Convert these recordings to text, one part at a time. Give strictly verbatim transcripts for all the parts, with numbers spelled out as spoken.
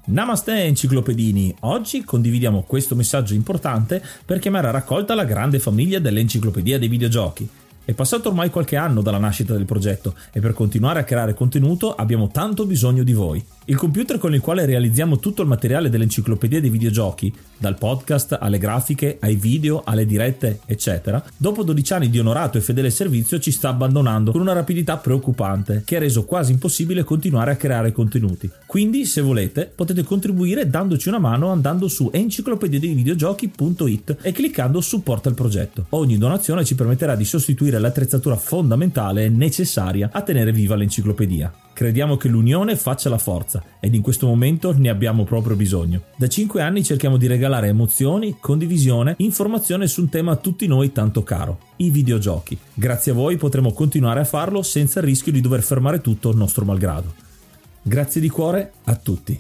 Namaste enciclopedini, oggi condividiamo questo messaggio importante per chiamare a raccolta la grande famiglia dell'Enciclopedia dei Videogiochi. È passato ormai qualche anno dalla nascita del progetto e per continuare a creare contenuto abbiamo tanto bisogno di voi. Il computer con il quale realizziamo tutto il materiale dell'Enciclopedia dei Videogiochi, dal podcast alle grafiche, ai video, alle dirette, eccetera, dopo dodici anni di onorato e fedele servizio ci sta abbandonando con una rapidità preoccupante che ha reso quasi impossibile continuare a creare contenuti. Quindi, se volete, potete contribuire dandoci una mano andando su enciclopedia dei videogiochi punto it e cliccando supporta il progetto. Ogni donazione ci permetterà di sostituire l'attrezzatura fondamentale e necessaria a tenere viva l'enciclopedia. Crediamo che l'unione faccia la forza ed in questo momento ne abbiamo proprio bisogno. Da cinque anni cerchiamo di regalare emozioni, condivisione, informazione su un tema a tutti noi tanto caro, i videogiochi. Grazie a voi potremo continuare a farlo senza il rischio di dover fermare tutto nostro malgrado. Grazie di cuore a tutti.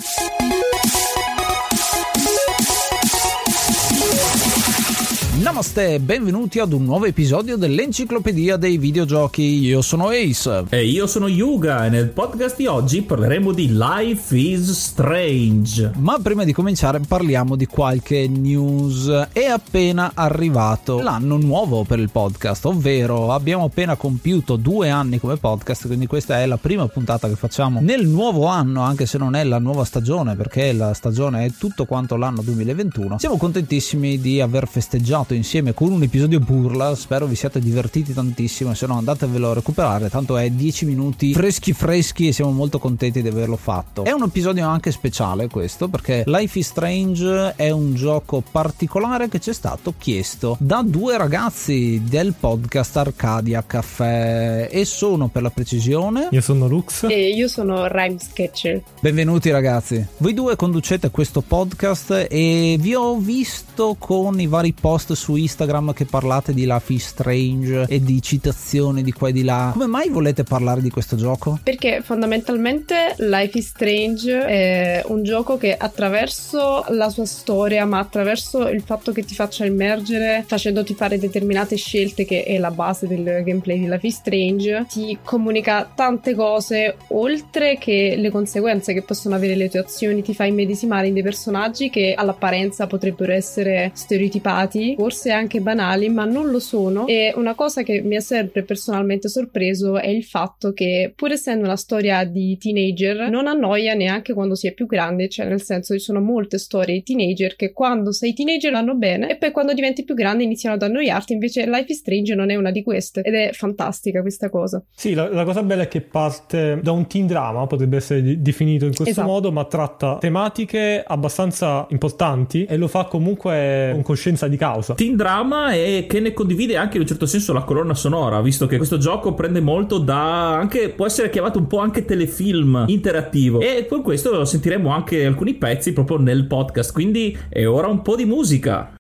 Namaste, benvenuti ad un nuovo episodio dell'Enciclopedia dei Videogiochi. Io sono Ace. E io sono Yuga e nel podcast di oggi parleremo di Life is Strange. Ma prima di cominciare parliamo di qualche news. È appena arrivato l'anno nuovo per il podcast, ovvero abbiamo appena compiuto due anni come podcast, quindi questa è la prima puntata che facciamo nel nuovo anno, anche se non è la nuova stagione, perché la stagione è tutto quanto l'anno duemilaventuno. Siamo contentissimi di aver festeggiato insieme con un episodio burla, spero vi siate divertiti tantissimo, se no andatevelo a recuperare, tanto è dieci minuti freschi freschi e siamo molto contenti di averlo fatto. È un episodio anche speciale questo, perché Life is Strange è un gioco particolare che ci è stato chiesto da due ragazzi del podcast Arcadia Caffè e sono, per la precisione, io sono Lux e io sono Rhyme Sketcher. Benvenuti ragazzi, voi due conducete questo podcast e vi ho visto con i vari post su Instagram che parlate di Life is Strange e di citazioni di qua e di là. Come mai volete parlare di questo gioco? Perché fondamentalmente Life is Strange è un gioco che attraverso la sua storia, ma attraverso il fatto che ti faccia immergere facendoti fare determinate scelte, che è la base del gameplay di Life is Strange, ti comunica tante cose, oltre che le conseguenze che possono avere le tue azioni. Ti fa immedesimare in dei personaggi che all'apparenza potrebbero essere stereotipati, forse anche banali, ma non lo sono. E una cosa che mi ha sempre personalmente sorpreso è il fatto che, pur essendo una storia di teenager, non annoia neanche quando si è più grande, cioè nel senso ci sono molte storie di teenager che quando sei teenager vanno bene e poi quando diventi più grande iniziano ad annoiarti, invece Life is Strange non è una di queste ed è fantastica questa cosa. Sì, la, la cosa bella è che parte da un teen drama, potrebbe essere definito in questo esatto. modo, ma tratta tematiche abbastanza importanti e lo fa comunque con coscienza di causa. Teen drama e che ne condivide anche in un certo senso la colonna sonora, visto che questo gioco prende molto da, anche può essere chiamato un po' anche telefilm interattivo, e con questo sentiremo anche alcuni pezzi proprio nel podcast, quindi è ora un po' di musica.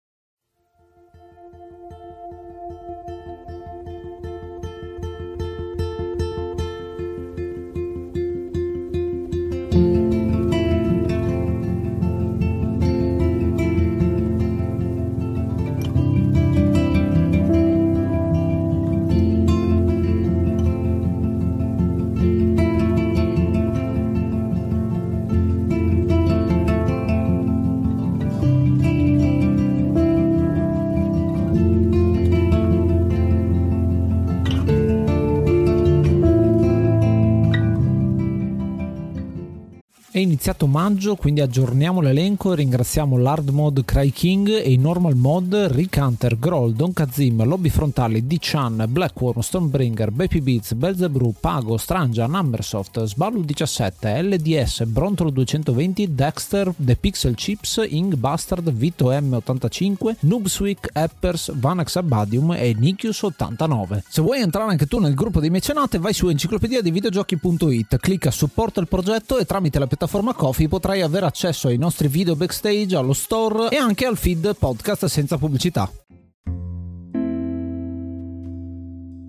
È iniziato maggio, quindi aggiorniamo l'elenco e ringraziamo l'Hard Mode Cry King e i Normal Mode Rick Hunter, Groll, Don Kazim, Lobby Frontali, D-Chan, Blackworm, Stormbringer, Baby Beats, Belzebrew, Pago, Strangia, Numbersoft, Sbalu diciassette, L D S, Brontolo duecentoventi, Dexter, The Pixel Chips, Ing Bastard, Vito M ottantacinque, Noobswick, Eppers, Vanax Abadium e Nikius ottantanove. Se vuoi entrare anche tu nel gruppo dei mecenate, vai su enciclopedia dei videogiochi punto it, clicca supporta il progetto e tramite la piattaforma Ko-fi potrai avere accesso ai nostri video backstage, allo store e anche al feed podcast senza pubblicità.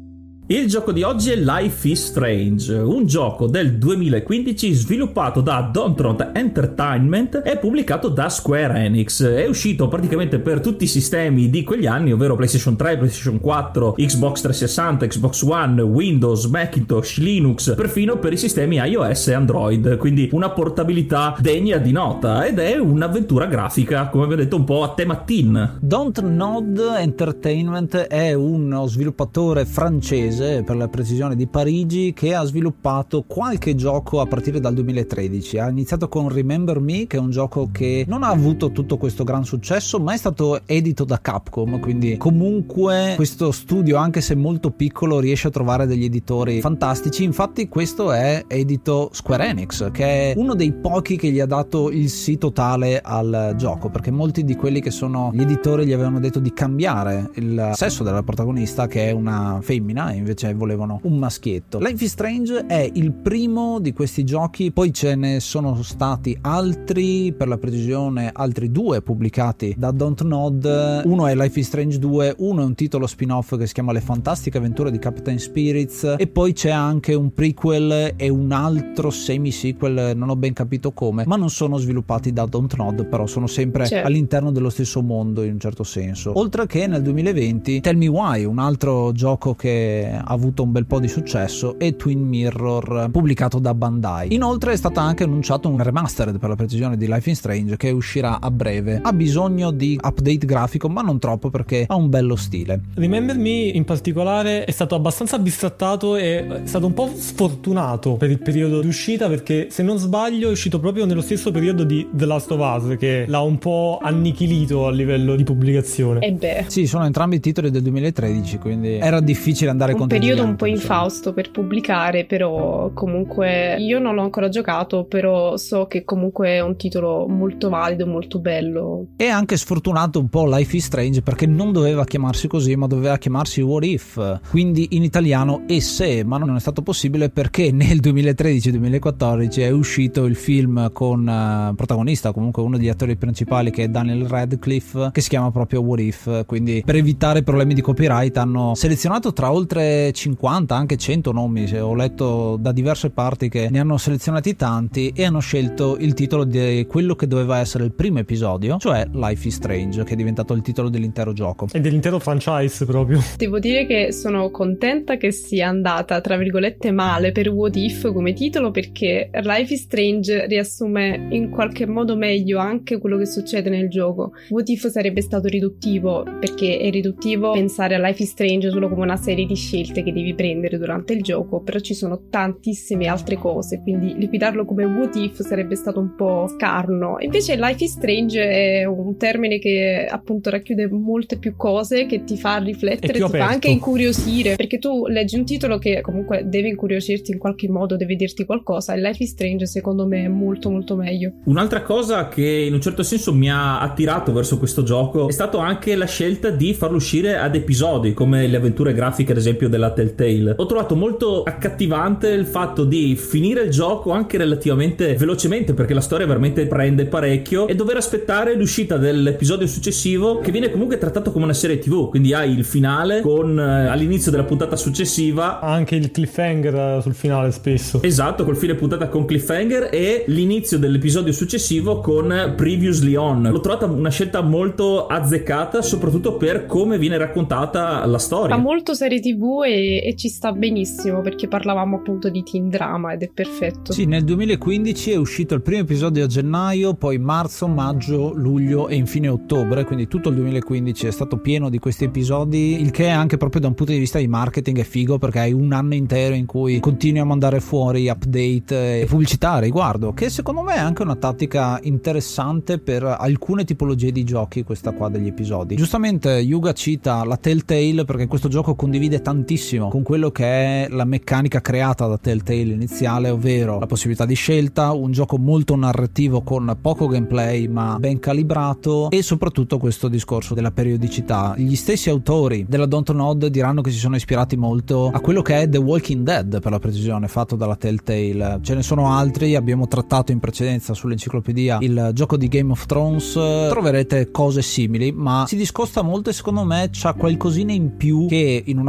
Il gioco di oggi è Life is Strange, un gioco del duemilaquindici sviluppato da Dontnod Entertainment e pubblicato da Square Enix. È uscito praticamente per tutti i sistemi di quegli anni, ovvero PlayStation tre, PlayStation quattro, Xbox trecentosessanta, Xbox One, Windows, Macintosh, Linux, perfino per i sistemi iOS e Android, quindi una portabilità degna di nota, ed è un'avventura grafica, come abbiamo detto, un po' a tema teen. Dontnod Entertainment è uno sviluppatore francese, per la precisione di Parigi, che ha sviluppato qualche gioco a partire dal duemilatredici. Ha iniziato con Remember Me, che è un gioco che non ha avuto tutto questo gran successo, ma è stato edito da Capcom, quindi comunque questo studio, anche se molto piccolo, riesce a trovare degli editori fantastici. Infatti questo è edito Square Enix, che è uno dei pochi che gli ha dato il sì totale al gioco, perché molti di quelli che sono gli editori gli avevano detto di cambiare il sesso della protagonista, che è una femmina, e invece volevano un maschietto. Life is Strange è il primo di questi giochi, poi ce ne sono stati altri, per la precisione altri due pubblicati da Dontnod. Uno è Life is Strange due, uno è un titolo spin-off che si chiama Le fantastiche avventure di Captain Spirits, e poi c'è anche un prequel e un altro semi-sequel, non ho ben capito come, ma non sono sviluppati da Dontnod, però sono sempre certo. all'interno dello stesso mondo in un certo senso. Oltre che nel duemilaventi Tell Me Why, un altro gioco che ha avuto un bel po' di successo, e Twin Mirror, pubblicato da Bandai. Inoltre è stato anche annunciato un remastered, per la precisione, di Life is Strange, che uscirà a breve. Ha bisogno di update grafico, ma non troppo, perché ha un bello stile. Remember Me in particolare è stato abbastanza bistrattato e è stato un po' sfortunato per il periodo di uscita, perché se non sbaglio è uscito proprio nello stesso periodo di The Last of Us, che l'ha un po' annichilito a livello di pubblicazione. E beh, sì, sono entrambi i titoli del duemilatredici, quindi era difficile andare un contro il periodo gigante, un po' insomma. infausto per pubblicare, però comunque io non l'ho ancora giocato, però so che comunque è un titolo molto valido, molto bello. È anche sfortunato un po' Life is Strange, perché non doveva chiamarsi così, ma doveva chiamarsi What If, quindi in italiano E se, ma non è stato possibile perché nel duemilatredici duemilaquattordici è uscito il film con uh, protagonista, comunque uno degli attori principali, che è Daniel Radcliffe, che si chiama proprio What If, quindi per evitare problemi di copyright hanno selezionato tra oltre cinquanta, anche cento nomi, ho letto da diverse parti che ne hanno selezionati tanti, e hanno scelto il titolo di quello che doveva essere il primo episodio, cioè Life is Strange, che è diventato il titolo dell'intero gioco e dell'intero franchise proprio. Devo dire che sono contenta che sia andata tra virgolette male per What If come titolo, perché Life is Strange riassume in qualche modo meglio anche quello che succede nel gioco. What If sarebbe stato riduttivo, perché è riduttivo pensare a Life is Strange solo come una serie di scelte che devi prendere durante il gioco, però ci sono tantissime altre cose, quindi liquidarlo come What If sarebbe stato un po' scarno. Invece Life is Strange è un termine che appunto racchiude molte più cose, che ti fa riflettere, ti aperto. fa anche incuriosire, perché tu leggi un titolo che comunque deve incuriosirti in qualche modo, deve dirti qualcosa, e Life is Strange secondo me è molto molto meglio. Un'altra cosa che in un certo senso mi ha attirato verso questo gioco è stato anche la scelta di farlo uscire ad episodi, come le avventure grafiche ad esempio della Telltale. Ho trovato molto accattivante il fatto di finire il gioco anche relativamente velocemente, perché la storia veramente prende parecchio, e dover aspettare l'uscita dell'episodio successivo, che viene comunque trattato come una serie tv, quindi hai il finale con eh, all'inizio della puntata successiva Anche il cliffhanger sul finale spesso. esatto, col fine puntata con cliffhanger, e l'inizio dell'episodio successivo con Previously On. L'ho trovata una scelta molto azzeccata, soprattutto per come viene raccontata la storia. Fa molto serie tv e, e ci sta benissimo, perché parlavamo appunto di teen drama ed è perfetto. Sì, nel duemilaquindici è uscito il primo episodio a gennaio, poi marzo, maggio, luglio e infine ottobre, quindi tutto il duemilaquindici è stato pieno di questi episodi, il che anche proprio da un punto di vista di marketing è figo, perché hai un anno intero in cui continui a mandare fuori update e pubblicità a riguardo, che secondo me è anche una tattica interessante per alcune tipologie di giochi, questa qua degli episodi. Giustamente Yuga cita la Telltale, perché questo gioco condivide tantissimo con quello che è la meccanica creata da Telltale iniziale, ovvero la possibilità di scelta, un gioco molto narrativo con poco gameplay ma ben calibrato, e soprattutto questo discorso della periodicità. Gli stessi autori della Dontnod diranno che si sono ispirati molto a quello che è The Walking Dead, per la precisione, fatto dalla Telltale. Ce ne sono altri, abbiamo trattato in precedenza sull'enciclopedia il gioco di Game of Thrones, troverete cose simili, ma si discosta molto e secondo me c'ha qualcosina in più che in un'avventura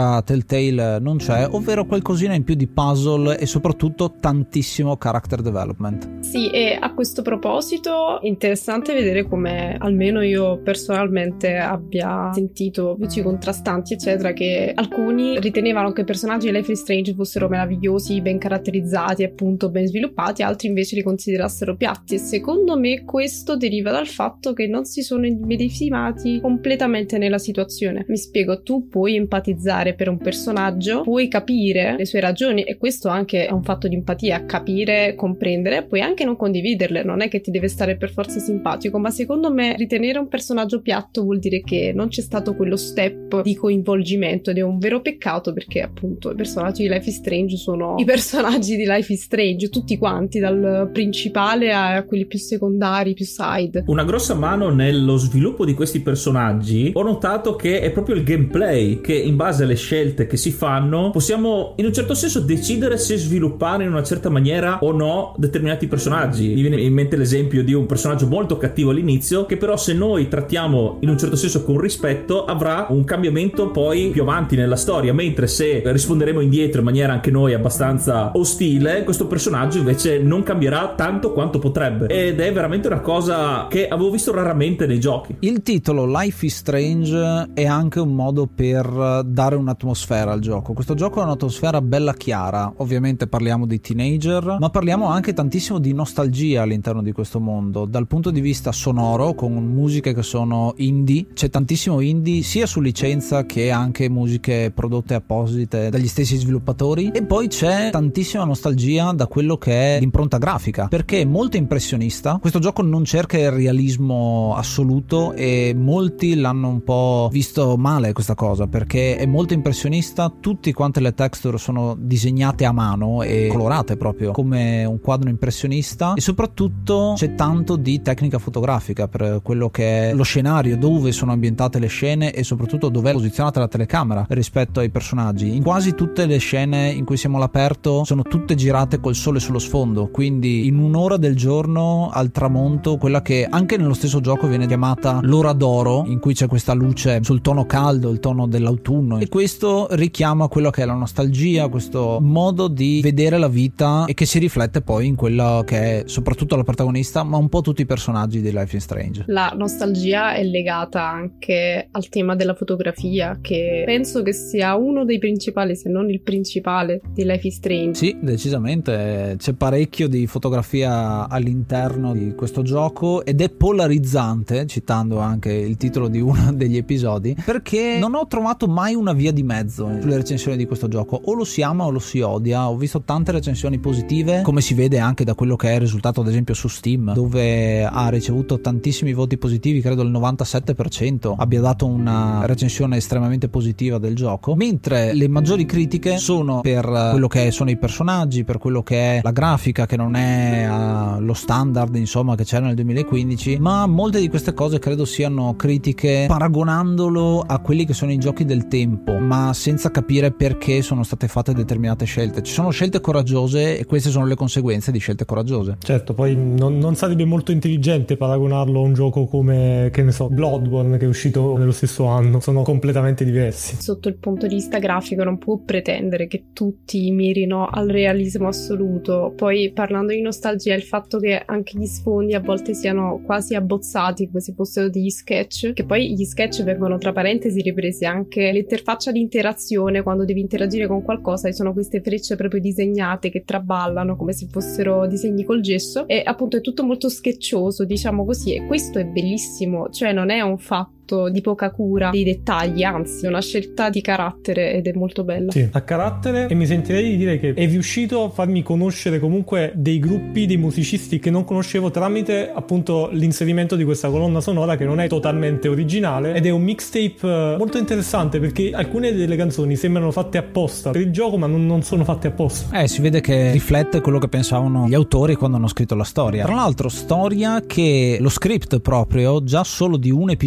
ancora Telltale non c'è, ovvero qualcosina in più di puzzle e soprattutto tantissimo character development. Sì, e a questo proposito interessante vedere come almeno io personalmente abbia sentito voci contrastanti eccetera, che alcuni ritenevano che i personaggi di Life is Strange fossero meravigliosi, ben caratterizzati, appunto ben sviluppati, altri invece li considerassero piatti, e secondo me questo deriva dal fatto che non si sono immedesimati completamente nella situazione. Mi spiego, tu puoi empatizzare per un personaggio, puoi capire le sue ragioni, e questo anche è un fatto di empatia, capire, comprendere, puoi anche non condividerle, non è che ti deve stare per forza simpatico, ma secondo me ritenere un personaggio piatto vuol dire che non c'è stato quello step di coinvolgimento, ed è un vero peccato, perché appunto i personaggi di Life is Strange sono i personaggi di Life is Strange, tutti quanti, dal principale a quelli più secondari, più side. Una grossa mano nello sviluppo di questi personaggi ho notato che è proprio il gameplay, che in base alle scelte che si fanno possiamo in un certo senso decidere se sviluppare in una certa maniera o no determinati personaggi. Mi viene in mente l'esempio di un personaggio molto cattivo all'inizio, che però se noi trattiamo in un certo senso con rispetto avrà un cambiamento poi più avanti nella storia, mentre se risponderemo indietro in maniera anche noi abbastanza ostile, questo personaggio invece non cambierà tanto quanto potrebbe, ed è veramente una cosa che avevo visto raramente nei giochi. Il titolo Life is Strange è anche un modo per dare un'atmosfera al gioco. Questo gioco ha un'atmosfera bella chiara, ovviamente parliamo di teenager, ma parliamo anche tantissimo di nostalgia all'interno di questo mondo, dal punto di vista sonoro, con musiche che sono indie, c'è tantissimo indie sia su licenza che anche musiche prodotte apposite dagli stessi sviluppatori, e poi c'è tantissima nostalgia da quello che è l'impronta grafica, perché è molto impressionista. Questo gioco non cerca il realismo assoluto e molti l'hanno un po' visto male questa cosa, perché è molto impressionista, tutte quante le texture sono disegnate a mano e colorate proprio come un quadro impressionista, e soprattutto c'è tanto di tecnica fotografica per quello che è lo scenario, dove sono ambientate le scene e soprattutto dove è posizionata la telecamera rispetto ai personaggi. In quasi tutte le scene in cui siamo all'aperto sono tutte girate col sole sullo sfondo, quindi in un'ora del giorno al tramonto, quella che anche nello stesso gioco viene chiamata l'ora d'oro, in cui c'è questa luce sul tono caldo, il tono dell'autunno, e questo richiama quello che è la nostalgia, questo modo di vedere la vita, e che si riflette poi in quello che è soprattutto la protagonista, ma un po' tutti i personaggi di Life is Strange. La nostalgia è legata anche al tema della fotografia, che penso che sia uno dei principali, se non il principale, di Life is Strange. Sì, decisamente c'è parecchio di fotografia all'interno di questo gioco, ed è polarizzante, citando anche il titolo di uno degli episodi, perché non ho trovato mai una via di mezzo sulle recensioni di questo gioco, o lo si ama o lo si odia. Ho visto tante recensioni positive, come si vede anche da quello che è il risultato ad esempio su Steam, dove ha ricevuto tantissimi voti positivi, credo il novantasette per cento abbia dato una recensione estremamente positiva del gioco, mentre le maggiori critiche sono per quello che sono i personaggi, per quello che è la grafica, che non è uh, lo standard insomma che c'era nel duemilaquindici, ma molte di queste cose credo siano critiche paragonandolo a quelli che sono i giochi del tempo, ma senza capire perché sono state fatte determinate scelte. Ci sono scelte coraggiose e queste sono le conseguenze di scelte coraggiose. Certo, poi non, non sarebbe molto intelligente paragonarlo a un gioco come, che ne so, Bloodborne, che è uscito nello stesso anno. Sono completamente diversi. Sotto il punto di vista grafico non può pretendere che tutti mirino al realismo assoluto. Poi parlando di nostalgia, il fatto che anche gli sfondi a volte siano quasi abbozzati, come se fossero degli sketch, che poi gli sketch vengono tra parentesi ripresi anche l'interfaccia di interazione, quando devi interagire con qualcosa e sono queste frecce proprio disegnate che traballano come se fossero disegni col gesso, e appunto è tutto molto sketchoso, diciamo così, e questo è bellissimo, cioè non è un fatto di poca cura dei dettagli, anzi è una scelta di carattere ed è molto bella. Sì, a carattere, e mi sentirei di dire che è riuscito a farmi conoscere comunque dei gruppi, dei musicisti che non conoscevo tramite appunto l'inserimento di questa colonna sonora, che non è totalmente originale ed è un mixtape molto interessante, perché alcune delle canzoni sembrano fatte apposta per il gioco ma non, non sono fatte apposta. Eh, si vede che riflette quello che pensavano gli autori quando hanno scritto la storia. Tra l'altro storia che lo script proprio già solo di un episodio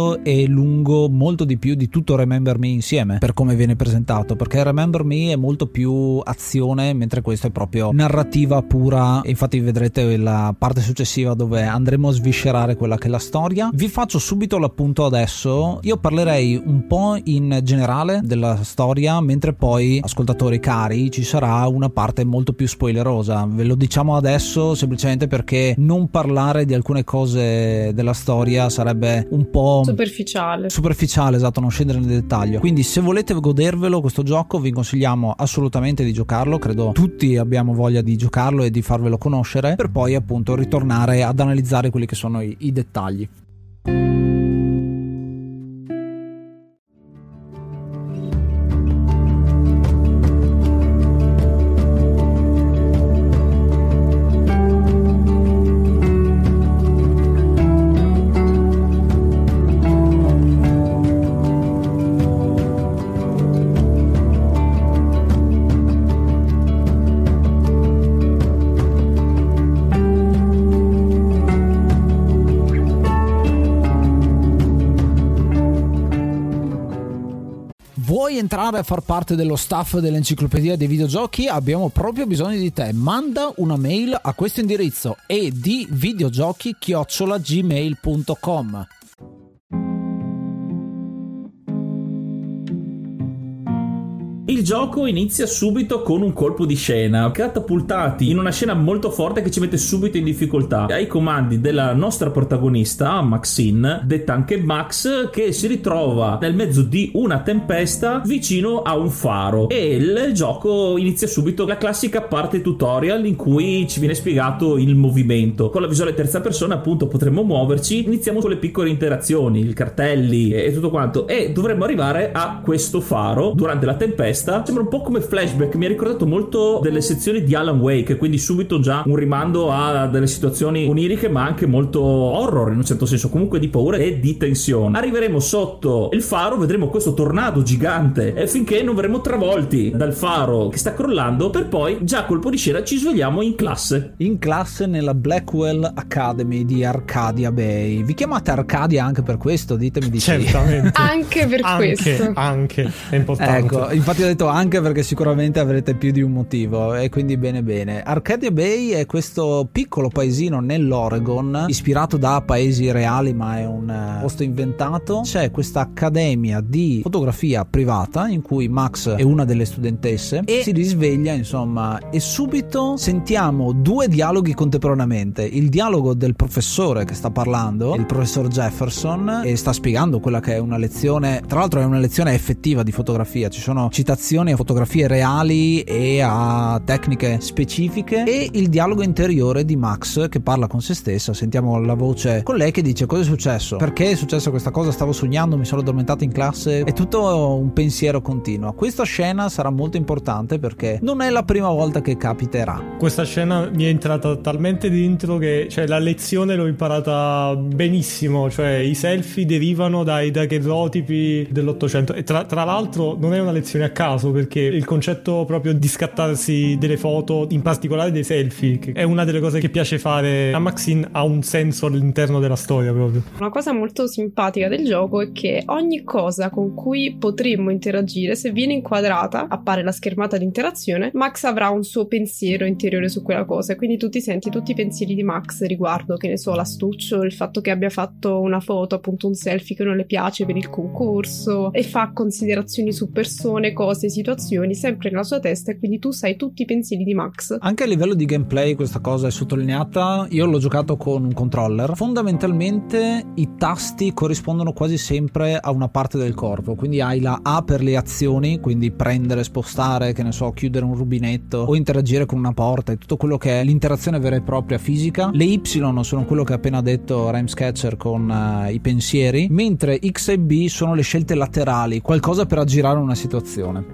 corto e lungo molto di più di tutto Remember Me insieme, per come viene presentato, perché Remember Me è molto più azione, mentre questo è proprio narrativa pura, e infatti vedrete la parte successiva dove andremo a sviscerare quella che è la storia. Vi faccio subito l'appunto adesso. Io parlerei un po' in generale della storia, mentre poi, ascoltatori cari, ci sarà una parte molto più spoilerosa. Ve lo diciamo adesso semplicemente perché non parlare di alcune cose della storia sarebbe un po' superficiale superficiale esatto, non scendere nel dettaglio. Quindi se volete godervelo questo gioco vi consigliamo assolutamente di giocarlo, credo tutti abbiamo voglia di giocarlo e di farvelo conoscere, per poi appunto ritornare ad analizzare quelli che sono i, i dettagli. Vuoi entrare a far parte dello staff dell'Enciclopedia dei Videogiochi? Abbiamo proprio bisogno di te. Manda una mail a questo indirizzo edvideogiochi chiocciola gmail punto com. Il gioco inizia subito con un colpo di scena, catapultati in una scena molto forte che ci mette subito in difficoltà, ai comandi della nostra protagonista Maxine, detta anche Max, che si ritrova nel mezzo di una tempesta vicino a un faro, e il gioco inizia subito la classica parte tutorial in cui ci viene spiegato il movimento. Con la visuale terza persona appunto potremmo muoverci, iniziamo con le piccole interazioni, i cartelli e tutto quanto, e dovremmo arrivare a questo faro durante la tempesta. Sembra un po' come flashback, mi ha ricordato molto delle sezioni di Alan Wake, quindi subito già un rimando a delle situazioni oniriche ma anche molto horror in un certo senso, comunque di paura e di tensione. Arriveremo sotto il faro, vedremo questo tornado gigante e finché non verremo travolti dal faro che sta crollando, per poi già a colpo di scena ci svegliamo in classe in classe nella Blackwell Academy di Arcadia Bay. Vi chiamate Arcadia anche per questo? Ditemi di certamente sì. Anche per anche, questo anche è importante. Ecco, infatti ho detto anche perché sicuramente avrete più di un motivo, e quindi bene bene. Arcadia Bay è questo piccolo paesino nell'Oregon, ispirato da paesi reali ma è un posto inventato. C'è questa accademia di fotografia privata in cui Max è una delle studentesse e si risveglia insomma, e subito sentiamo due dialoghi contemporaneamente. Il dialogo del professore che sta parlando, il professor Jefferson, e sta spiegando quella che è una lezione, tra l'altro è una lezione effettiva di fotografia, ci sono citazioni a fotografie reali e a tecniche specifiche, e il dialogo interiore di Max che parla con se stessa. Sentiamo la voce con lei che dice: cosa è successo? Perché è successa questa cosa? Stavo sognando, mi sono addormentato in classe. È tutto un pensiero continuo. Questa scena sarà molto importante perché non è la prima volta che capiterà. Questa scena mi è entrata talmente dentro che, cioè, la lezione l'ho imparata benissimo, cioè i selfie derivano dai daguerrotipi dell'Ottocento, e tra, tra l'altro non è una lezione a caso, perché il concetto proprio di scattarsi delle foto, in particolare dei selfie, che è una delle cose che piace fare a Maxine, ha un senso all'interno della storia proprio. Una cosa molto simpatica del gioco è che ogni cosa con cui potremmo interagire, se viene inquadrata, appare la schermata di interazione, Max avrà un suo pensiero interiore su quella cosa, e quindi tu ti senti tutti i pensieri di Max riguardo, che ne so, l'astuccio, il fatto che abbia fatto una foto, appunto un selfie che non le piace per il concorso, e fa considerazioni su persone, cose, situazioni sempre nella sua testa, e quindi tu sai tutti i pensieri di Max. Anche a livello di gameplay questa cosa è sottolineata. Io l'ho giocato con un controller. Fondamentalmente i tasti corrispondono quasi sempre a una parte del corpo, quindi hai la A per le azioni, quindi prendere, spostare, che ne so, chiudere un rubinetto o interagire con una porta, e tutto quello che è l'interazione vera e propria fisica. Le Y sono quello che ha appena detto Rhymescatcher con uh, i pensieri, mentre X e B sono le scelte laterali, qualcosa per aggirare una situazione.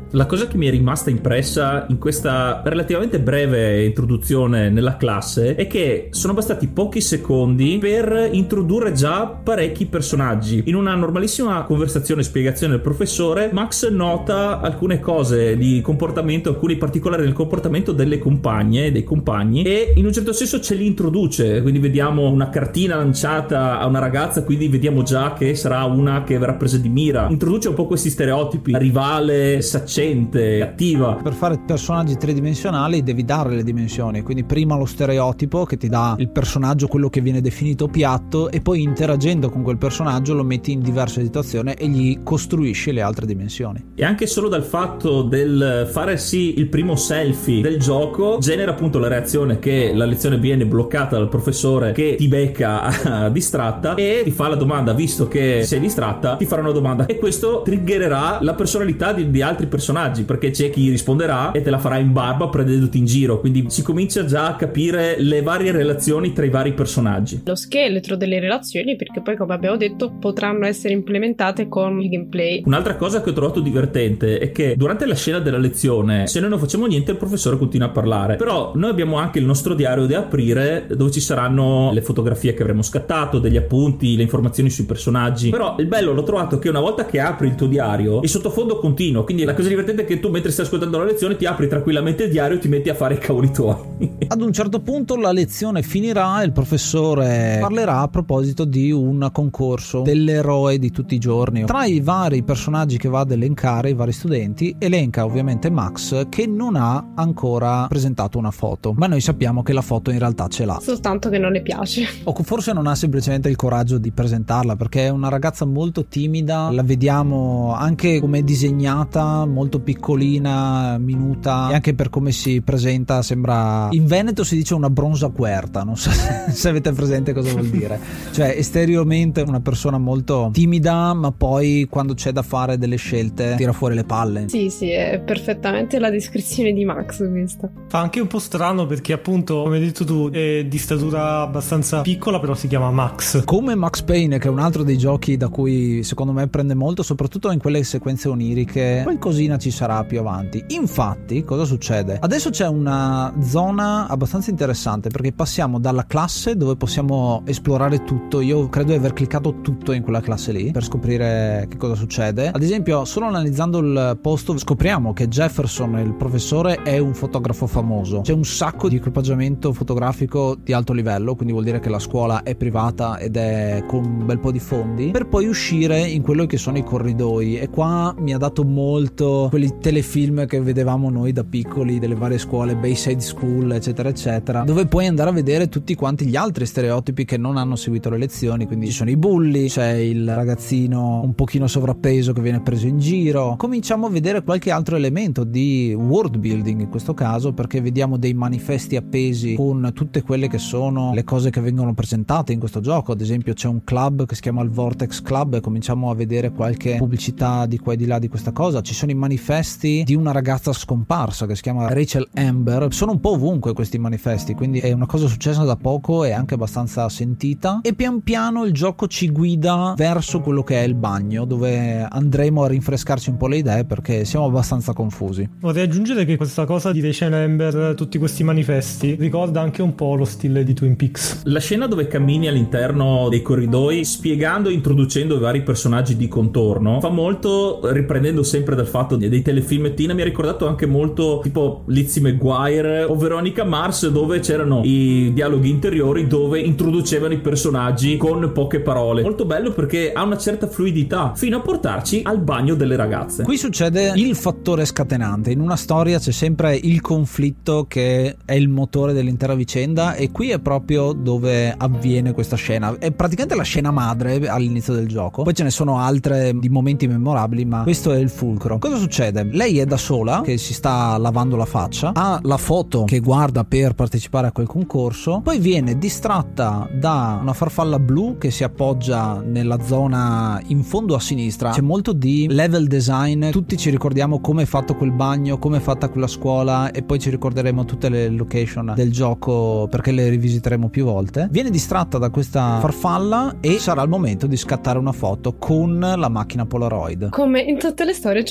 La cosa che mi è rimasta impressa in questa relativamente breve introduzione nella classe è che sono bastati pochi secondi per introdurre già parecchi personaggi. In una normalissima conversazione e spiegazione del professore, Max nota alcune cose di comportamento, alcuni particolari del comportamento delle compagne e dei compagni, e in un certo senso ce li introduce. Quindi vediamo una cartina lanciata a una ragazza, quindi vediamo già che sarà una che verrà presa di mira. Introduce un po' questi stereotipi: rivale, saccente, attiva. Per fare personaggi tridimensionali devi dare le dimensioni, quindi prima lo stereotipo che ti dà il personaggio, quello che viene definito piatto, e poi interagendo con quel personaggio lo metti in diverse situazioni e gli costruisci le altre dimensioni. E anche solo dal fatto del fare sì il primo selfie del gioco genera appunto la reazione che la lezione viene bloccata dal professore, che ti becca distratta e ti fa la domanda: visto che sei distratta ti farà una domanda, e questo triggererà la personalità di, di altri personaggi, perché c'è chi risponderà e te la farà in barba prendendoti in giro. Quindi si comincia già a capire le varie relazioni tra i vari personaggi, lo scheletro delle relazioni, perché poi, come abbiamo detto, potranno essere implementate con il gameplay. Un'altra cosa che ho trovato divertente è che durante la scena della lezione, se noi non facciamo niente, il professore continua a parlare, però noi abbiamo anche il nostro diario da aprire dove ci saranno le fotografie che avremo scattato, degli appunti, le informazioni sui personaggi. Però il bello l'ho trovato che una volta che apri il tuo diario, il sottofondo continua, quindi la cosa divertente è che tu, mentre stai ascoltando la lezione, ti apri tranquillamente il diario e ti metti a fare i cavoli tuoi. Ad un certo punto la lezione finirà e il professore parlerà a proposito di un concorso dell'eroe di tutti i giorni. Tra i vari personaggi che va ad elencare, i vari studenti, elenca ovviamente Max, che non ha ancora presentato una foto, ma noi sappiamo che la foto in realtà ce l'ha, soltanto che non le piace, o forse non ha semplicemente il coraggio di presentarla, perché è una ragazza molto timida. La vediamo anche come è disegnata, molto piccolina, minuta, e anche per come si presenta sembra, in Veneto si dice una bronza querta, non so se avete presente cosa vuol dire, cioè esteriormente una persona molto timida, ma poi quando c'è da fare delle scelte tira fuori le palle. Sì, sì, è perfettamente la descrizione di Max questa. Fa anche un po' strano perché, appunto, come hai detto tu, è di statura abbastanza piccola, però si chiama Max. Come Max Payne, che è un altro dei giochi da cui secondo me prende molto, soprattutto in quelle sequenze oniriche. Qualcosina ci sarà più avanti. Infatti, cosa succede? Adesso c'è una zona abbastanza interessante, perché passiamo dalla classe dove possiamo esplorare tutto. Io credo di aver cliccato tutto in quella classe lì per scoprire che cosa succede. Ad esempio, solo analizzando il posto scopriamo che Jefferson, il professore, è un fotografo famoso. C'è un sacco di equipaggiamento fotografico di alto livello, quindi vuol dire che la scuola è privata ed è con un bel po' di fondi, per poi uscire in quello che sono i corridoi. E qua mi ha dato molto quelli telefilm che vedevamo noi da piccoli delle varie scuole, Bayside School eccetera eccetera, dove puoi andare a vedere tutti quanti gli altri stereotipi che non hanno seguito le lezioni. Quindi ci sono i bulli, c'è il ragazzino un pochino sovrappeso che viene preso in giro. Cominciamo a vedere qualche altro elemento di world building in questo caso, perché vediamo dei manifesti appesi con tutte quelle che sono le cose che vengono presentate in questo gioco. Ad esempio c'è un club che si chiama il Vortex Club e cominciamo a vedere qualche pubblicità di qua e di là di questa cosa. Ci sono i manifesti di una ragazza scomparsa che si chiama Rachel Amber. Sono un po' ovunque questi manifesti, quindi è una cosa successa da poco e anche abbastanza sentita. E pian piano il gioco ci guida verso quello che è il bagno, dove andremo a rinfrescarci un po' le idee, perché siamo abbastanza confusi. Vorrei aggiungere che questa cosa di Rachel Amber, tutti questi manifesti, ricorda anche un po' lo stile di Twin Peaks. La scena dove cammini all'interno dei corridoi spiegando e introducendo i vari personaggi di contorno fa molto, riprendendo sempre dal fatto dei telefilmettina, mi ha ricordato anche molto tipo Lizzie McGuire o Veronica Mars, dove c'erano i dialoghi interiori dove introducevano i personaggi con poche parole. Molto bello perché ha una certa fluidità fino a portarci al bagno delle ragazze. Qui succede il fattore scatenante. In una storia c'è sempre il conflitto che è il motore dell'intera vicenda, e qui è proprio dove avviene questa scena. È praticamente la scena madre all'inizio del gioco, poi ce ne sono altre di momenti memorabili, ma questo è il fulcro. Cosa succede? Lei è da sola, che si sta lavando la faccia, ha la foto che guarda per partecipare a quel concorso, poi viene distratta da una farfalla blu che si appoggia nella zona in fondo a sinistra. C'è molto di level design, tutti ci ricordiamo come è fatto quel bagno, come è fatta quella scuola, e poi ci ricorderemo tutte le location del gioco perché le rivisiteremo più volte. Viene distratta da questa farfalla e sarà il momento di scattare una foto con la macchina Polaroid. Come in tutte le storie, a un certo punto le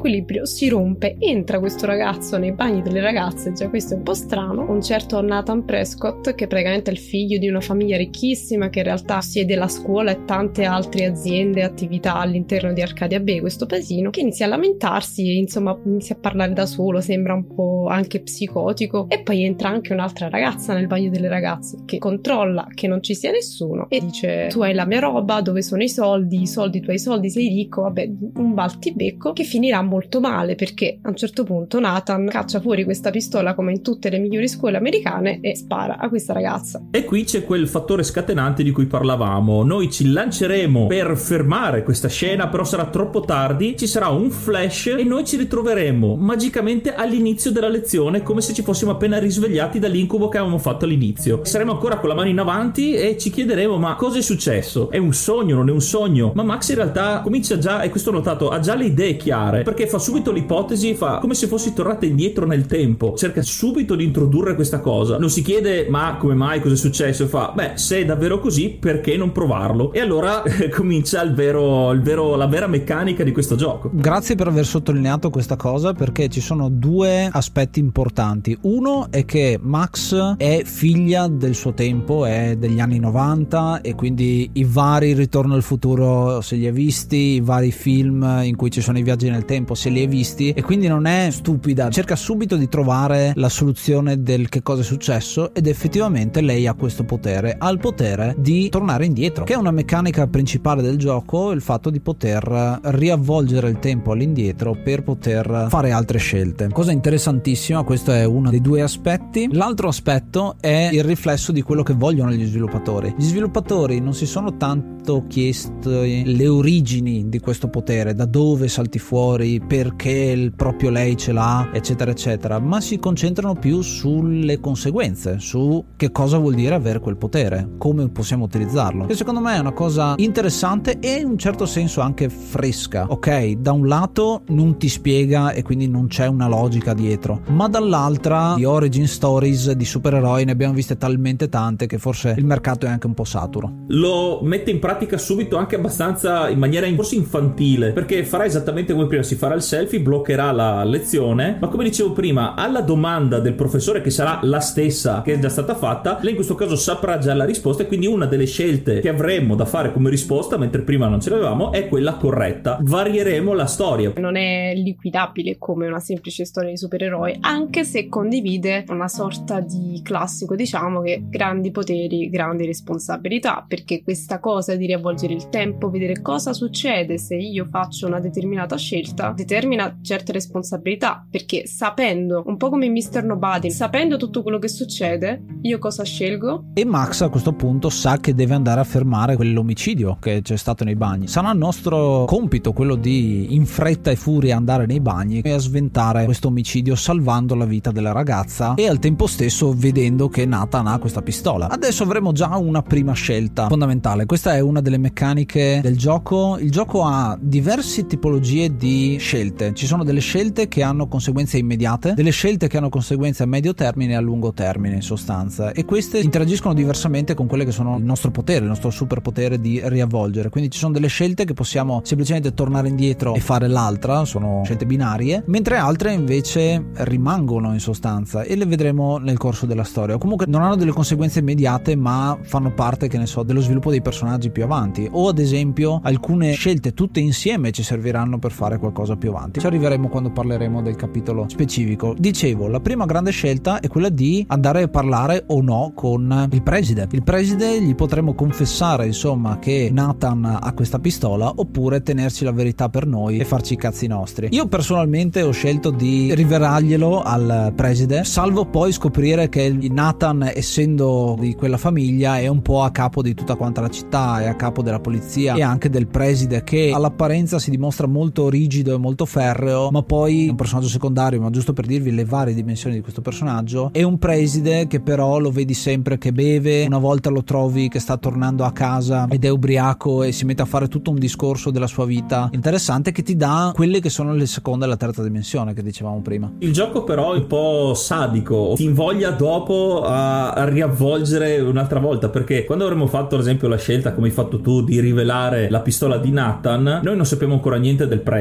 l'equilibrio si rompe, entra questo ragazzo nei bagni delle ragazze, già questo è un po' strano, un certo Nathan Prescott, che praticamente è il figlio di una famiglia ricchissima, che in realtà siede la scuola e tante altre aziende e attività all'interno di Arcadia Bay, questo paesino, che inizia a lamentarsi e insomma inizia a parlare da solo, sembra un po' anche psicotico, e poi entra anche un'altra ragazza nel bagno delle ragazze che controlla che non ci sia nessuno e dice: tu hai la mia roba, dove sono i soldi, i soldi, tu hai i soldi, sei ricco, vabbè, un battibecco che finirà molto male, perché a un certo punto Nathan caccia fuori questa pistola come in tutte le migliori scuole americane e spara a questa ragazza. E qui c'è quel fattore scatenante di cui parlavamo. Noi ci lanceremo per fermare questa scena, però sarà troppo tardi, ci sarà un flash e noi ci ritroveremo magicamente all'inizio della lezione, come se ci fossimo appena risvegliati dall'incubo che avevamo fatto all'inizio. Saremo ancora con la mano in avanti e ci chiederemo: ma cosa è successo? È un sogno? Non è un sogno? Ma Max in realtà comincia già, e questo ho notato, ha già le idee chiare, perché fa subito l'ipotesi, fa come se fossi tornata indietro nel tempo, cerca subito di introdurre questa cosa, non si chiede ma come mai, cosa è successo, e fa beh, se è davvero così perché non provarlo? E allora comincia il vero, il vero, la vera meccanica di questo gioco. Grazie per aver sottolineato questa cosa, perché ci sono due aspetti importanti. Uno è che Max è figlia del suo tempo, è degli anni novanta, e quindi i vari Ritorno al futuro se li ha visti, i vari film in cui ci sono i viaggi nel tempo se li ha visti, e quindi non è stupida, cerca subito di trovare la soluzione del che cosa è successo, ed effettivamente lei ha questo potere, ha il potere di tornare indietro, che è una meccanica principale del gioco, il fatto di poter riavvolgere il tempo all'indietro per poter fare altre scelte. Cosa interessantissima, questo è uno dei due aspetti. L'altro aspetto è il riflesso di quello che vogliono gli sviluppatori. Gli sviluppatori non si sono tanto chiesti le origini di questo potere, da dove salti fuori, perché il proprio lei ce l'ha, eccetera eccetera, ma si concentrano più sulle conseguenze, su che cosa vuol dire avere quel potere, come possiamo utilizzarlo, che secondo me è una cosa interessante e in un certo senso anche fresca. Ok, da un lato non ti spiega e quindi non c'è una logica dietro, ma dall'altra di origin stories di supereroi ne abbiamo viste talmente tante che forse il mercato è anche un po' saturo. Lo mette in pratica subito, anche abbastanza in maniera forse infantile, perché farà esattamente come prima, si farà il selfie, bloccherà la lezione, ma come dicevo prima, alla domanda del professore, che sarà la stessa che è già stata fatta, lei in questo caso saprà già la risposta, e quindi una delle scelte che avremmo da fare come risposta, mentre prima non ce l'avevamo, è quella corretta. Varieremo la storia. Non è liquidabile come una semplice storia di supereroi, anche se condivide una sorta di classico, diciamo, che grandi poteri, grandi responsabilità, perché questa cosa di riavvolgere il tempo, vedere cosa succede se io faccio una determinata scelta, determina certe responsabilità, perché sapendo, un po' come mister Nobody, sapendo tutto quello che succede, io cosa scelgo? E Max a questo punto sa che deve andare a fermare quell'omicidio che c'è stato nei bagni. Sarà il nostro compito quello di in fretta e furia andare nei bagni e a sventare questo omicidio, salvando la vita della ragazza e al tempo stesso vedendo che Nathan ha questa pistola. Adesso avremo già una prima scelta fondamentale. Questa è una delle meccaniche del gioco. Il gioco ha diverse tipologie di scelte. Ci sono delle scelte che hanno conseguenze immediate, delle scelte che hanno conseguenze a medio termine e a lungo termine in sostanza, e queste interagiscono diversamente con quelle che sono il nostro potere, il nostro superpotere di riavvolgere. Quindi ci sono delle scelte che possiamo semplicemente tornare indietro e fare l'altra, sono scelte binarie, mentre altre invece rimangono in sostanza e le vedremo nel corso della storia, o comunque non hanno delle conseguenze immediate ma fanno parte, che ne so, dello sviluppo dei personaggi più avanti, o ad esempio alcune scelte tutte insieme ci serviranno per fare qualcosa più avanti. Ci arriveremo quando parleremo del capitolo specifico. Dicevo, la prima grande scelta è quella di andare a parlare o no con il preside. Il preside gli potremo confessare insomma che Nathan ha questa pistola, oppure tenerci la verità per noi e farci i cazzi nostri. Io personalmente ho scelto di rivelarglielo al preside, salvo poi scoprire che Nathan, essendo di quella famiglia, è un po' a capo di tutta quanta la città, è a capo della polizia e anche del preside, che all'apparenza si dimostra molto rigido e molto ferreo, ma poi è un personaggio secondario. Ma giusto per dirvi le varie dimensioni di questo personaggio, è un preside che però lo vedi sempre che beve, una volta lo trovi che sta tornando a casa ed è ubriaco e si mette a fare tutto un discorso della sua vita interessante, che ti dà quelle che sono le seconda e la terza dimensione che dicevamo prima. Il gioco però è un po' sadico, ti invoglia dopo a, a riavvolgere un'altra volta, perché quando avremo fatto ad esempio la scelta, come hai fatto tu, di rivelare la pistola di Nathan, noi non sappiamo ancora niente del preside. Il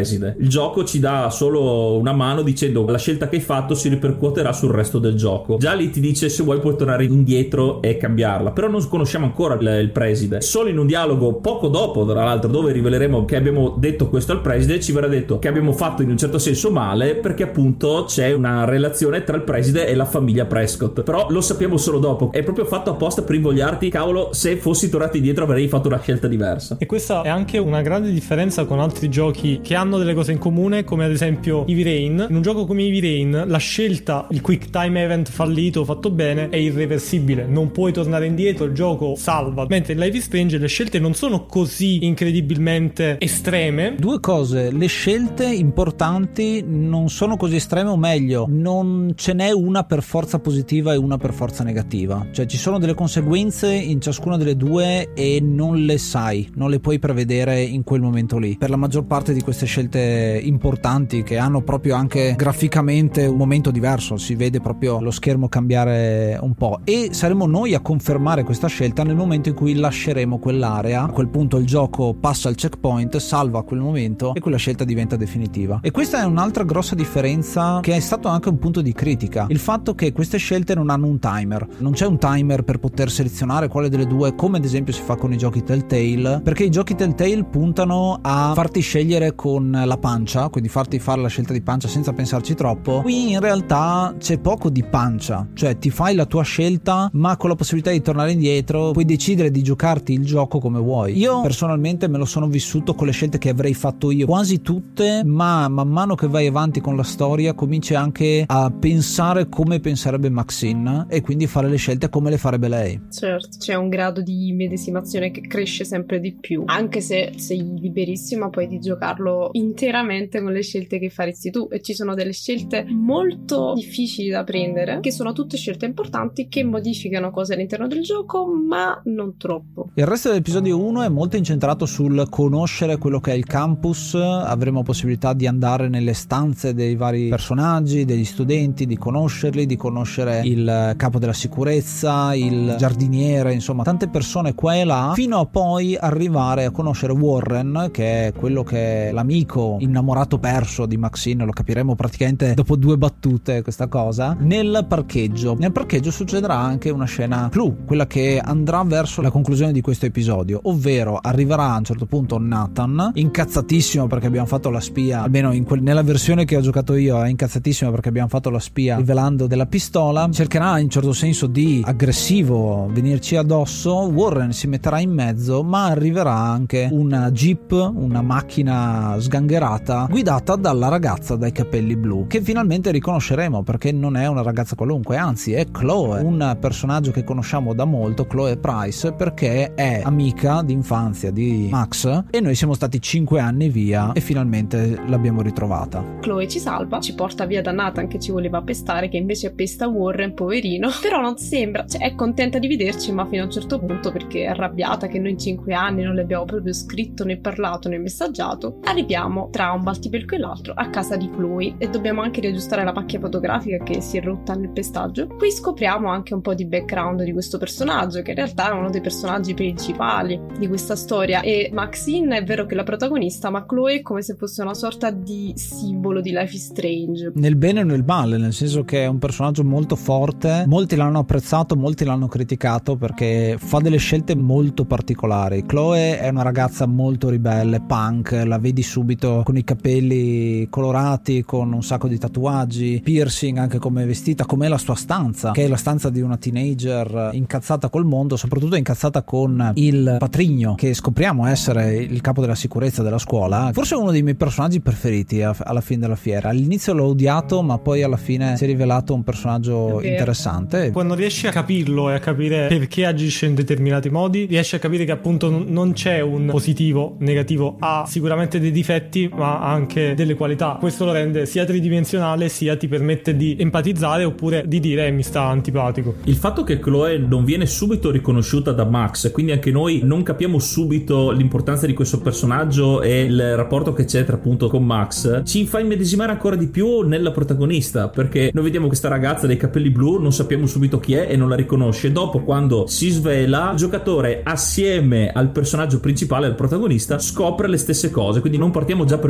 gioco ci dà solo una mano dicendo la scelta che hai fatto si ripercuoterà sul resto del gioco. Già lì ti dice se vuoi puoi tornare indietro e cambiarla, però non conosciamo ancora il, il preside. Solo in un dialogo poco dopo, tra l'altro, dove riveleremo che abbiamo detto questo al preside, ci verrà detto che abbiamo fatto in un certo senso male perché appunto c'è una relazione tra il preside e la famiglia Prescott, però lo sappiamo solo dopo. È proprio fatto apposta per invogliarti, cavolo, se fossi tornato indietro avrei fatto una scelta diversa. E questa è anche una grande differenza con altri giochi che hanno delle cose in comune, come ad esempio Heavy Rain. In un gioco come Heavy Rain la scelta, il quick time event fallito fatto bene è irreversibile, non puoi tornare indietro, il gioco salva. Mentre in Life is Strange le scelte non sono così incredibilmente estreme. Due cose: le scelte importanti non sono così estreme, o meglio, non ce n'è una per forza positiva e una per forza negativa, cioè ci sono delle conseguenze in ciascuna delle due e non le sai, non le puoi prevedere in quel momento lì. Per la maggior parte di queste scelte importanti, che hanno proprio anche graficamente un momento diverso, si vede proprio lo schermo cambiare un po', e saremo noi a confermare questa scelta nel momento in cui lasceremo quell'area. A quel punto il gioco passa al checkpoint, salva quel momento e quella scelta diventa definitiva. E questa è un'altra grossa differenza, che è stato anche un punto di critica: il fatto che queste scelte non hanno un timer, non c'è un timer per poter selezionare quale delle due, come ad esempio si fa con i giochi Telltale, perché i giochi Telltale puntano a farti scegliere con la pancia, quindi farti fare la scelta di pancia senza pensarci troppo. Qui in realtà c'è poco di pancia, cioè ti fai la tua scelta ma con la possibilità di tornare indietro, puoi decidere di giocarti il gioco come vuoi. Io personalmente me lo sono vissuto con le scelte che avrei fatto io, quasi tutte, ma man mano che vai avanti con la storia cominci anche a pensare come penserebbe Maxine e quindi fare le scelte come le farebbe lei. Certo, c'è un grado di medesimazione che cresce sempre di più, anche se sei liberissima poi di giocarlo interamente con le scelte che faresti tu, e ci sono delle scelte molto difficili da prendere, che sono tutte scelte importanti, che modificano cose all'interno del gioco, ma non troppo. Il resto dell'episodio uno è molto incentrato sul conoscere quello che è il campus. Avremo possibilità di andare nelle stanze dei vari personaggi, degli studenti, di conoscerli, di conoscere il capo della sicurezza, il giardiniere, insomma tante persone qua e là, fino a poi arrivare a conoscere Warren, che è quello che è l'amico innamorato perso di Maxine. Lo capiremo praticamente dopo due battute questa cosa. Nel parcheggio nel parcheggio succederà anche una scena clou, quella che andrà verso la conclusione di questo episodio, ovvero arriverà a un certo punto Nathan, incazzatissimo perché abbiamo fatto la spia, almeno in quel, nella versione che ho giocato io è incazzatissimo perché abbiamo fatto la spia rivelando della pistola, cercherà in certo senso di aggressivo venirci addosso. Warren si metterà in mezzo, ma arriverà anche una jeep, una macchina sgangherata guidata dalla ragazza dai capelli blu, che finalmente riconosceremo perché non è una ragazza qualunque, anzi è Chloe, un personaggio che conosciamo da molto, Chloe Price, perché è amica d'infanzia di Max e noi siamo stati cinque anni via e finalmente l'abbiamo ritrovata. Chloe ci salva, ci porta via da Nathan che ci voleva pestare, che invece appesta Warren, poverino, però non sembra, cioè è contenta di vederci ma fino a un certo punto, perché è arrabbiata che noi in cinque anni non le abbiamo proprio scritto né parlato né messaggiato. Arriviamo tra un battibelco e l'altro a casa di Chloe e dobbiamo anche riaggiustare la macchina fotografica che si è rotta nel pestaggio. Qui scopriamo anche un po' di background di questo personaggio, che in realtà è uno dei personaggi principali di questa storia, e Maxine è vero che è la protagonista, ma Chloe è come se fosse una sorta di simbolo di Life is Strange, nel bene o nel male, nel senso che è un personaggio molto forte, molti l'hanno apprezzato, molti l'hanno criticato perché fa delle scelte molto particolari. Chloe è una ragazza molto ribelle, punk, la vedi subito con i capelli colorati, con un sacco di tatuaggi, piercing, anche come è vestita, com'è la sua stanza, che è la stanza di una teenager incazzata col mondo, soprattutto incazzata con il patrigno, che scopriamo essere il capo della sicurezza della scuola, forse uno dei miei personaggi preferiti alla fine della fiera. All'inizio l'ho odiato, ma poi alla fine si è rivelato un personaggio interessante. Quando riesci a capirlo e a capire perché agisce in determinati modi, riesci a capire che appunto non c'è un positivo, negativo, ha sicuramente dei difetti ma anche delle qualità. Questo lo rende sia tridimensionale, sia ti permette di empatizzare oppure di dire eh, mi sta antipatico. Il fatto che Chloe non viene subito riconosciuta da Max, quindi anche noi non capiamo subito l'importanza di questo personaggio e il rapporto che c'è tra appunto con Max, ci fa immedesimare ancora di più nella protagonista, perché noi vediamo questa ragazza dei capelli blu, non sappiamo subito chi è e non la riconosce. Dopo, quando si svela, il giocatore assieme al personaggio principale, al protagonista, scopre le stesse cose, quindi non partiamo già prevenuti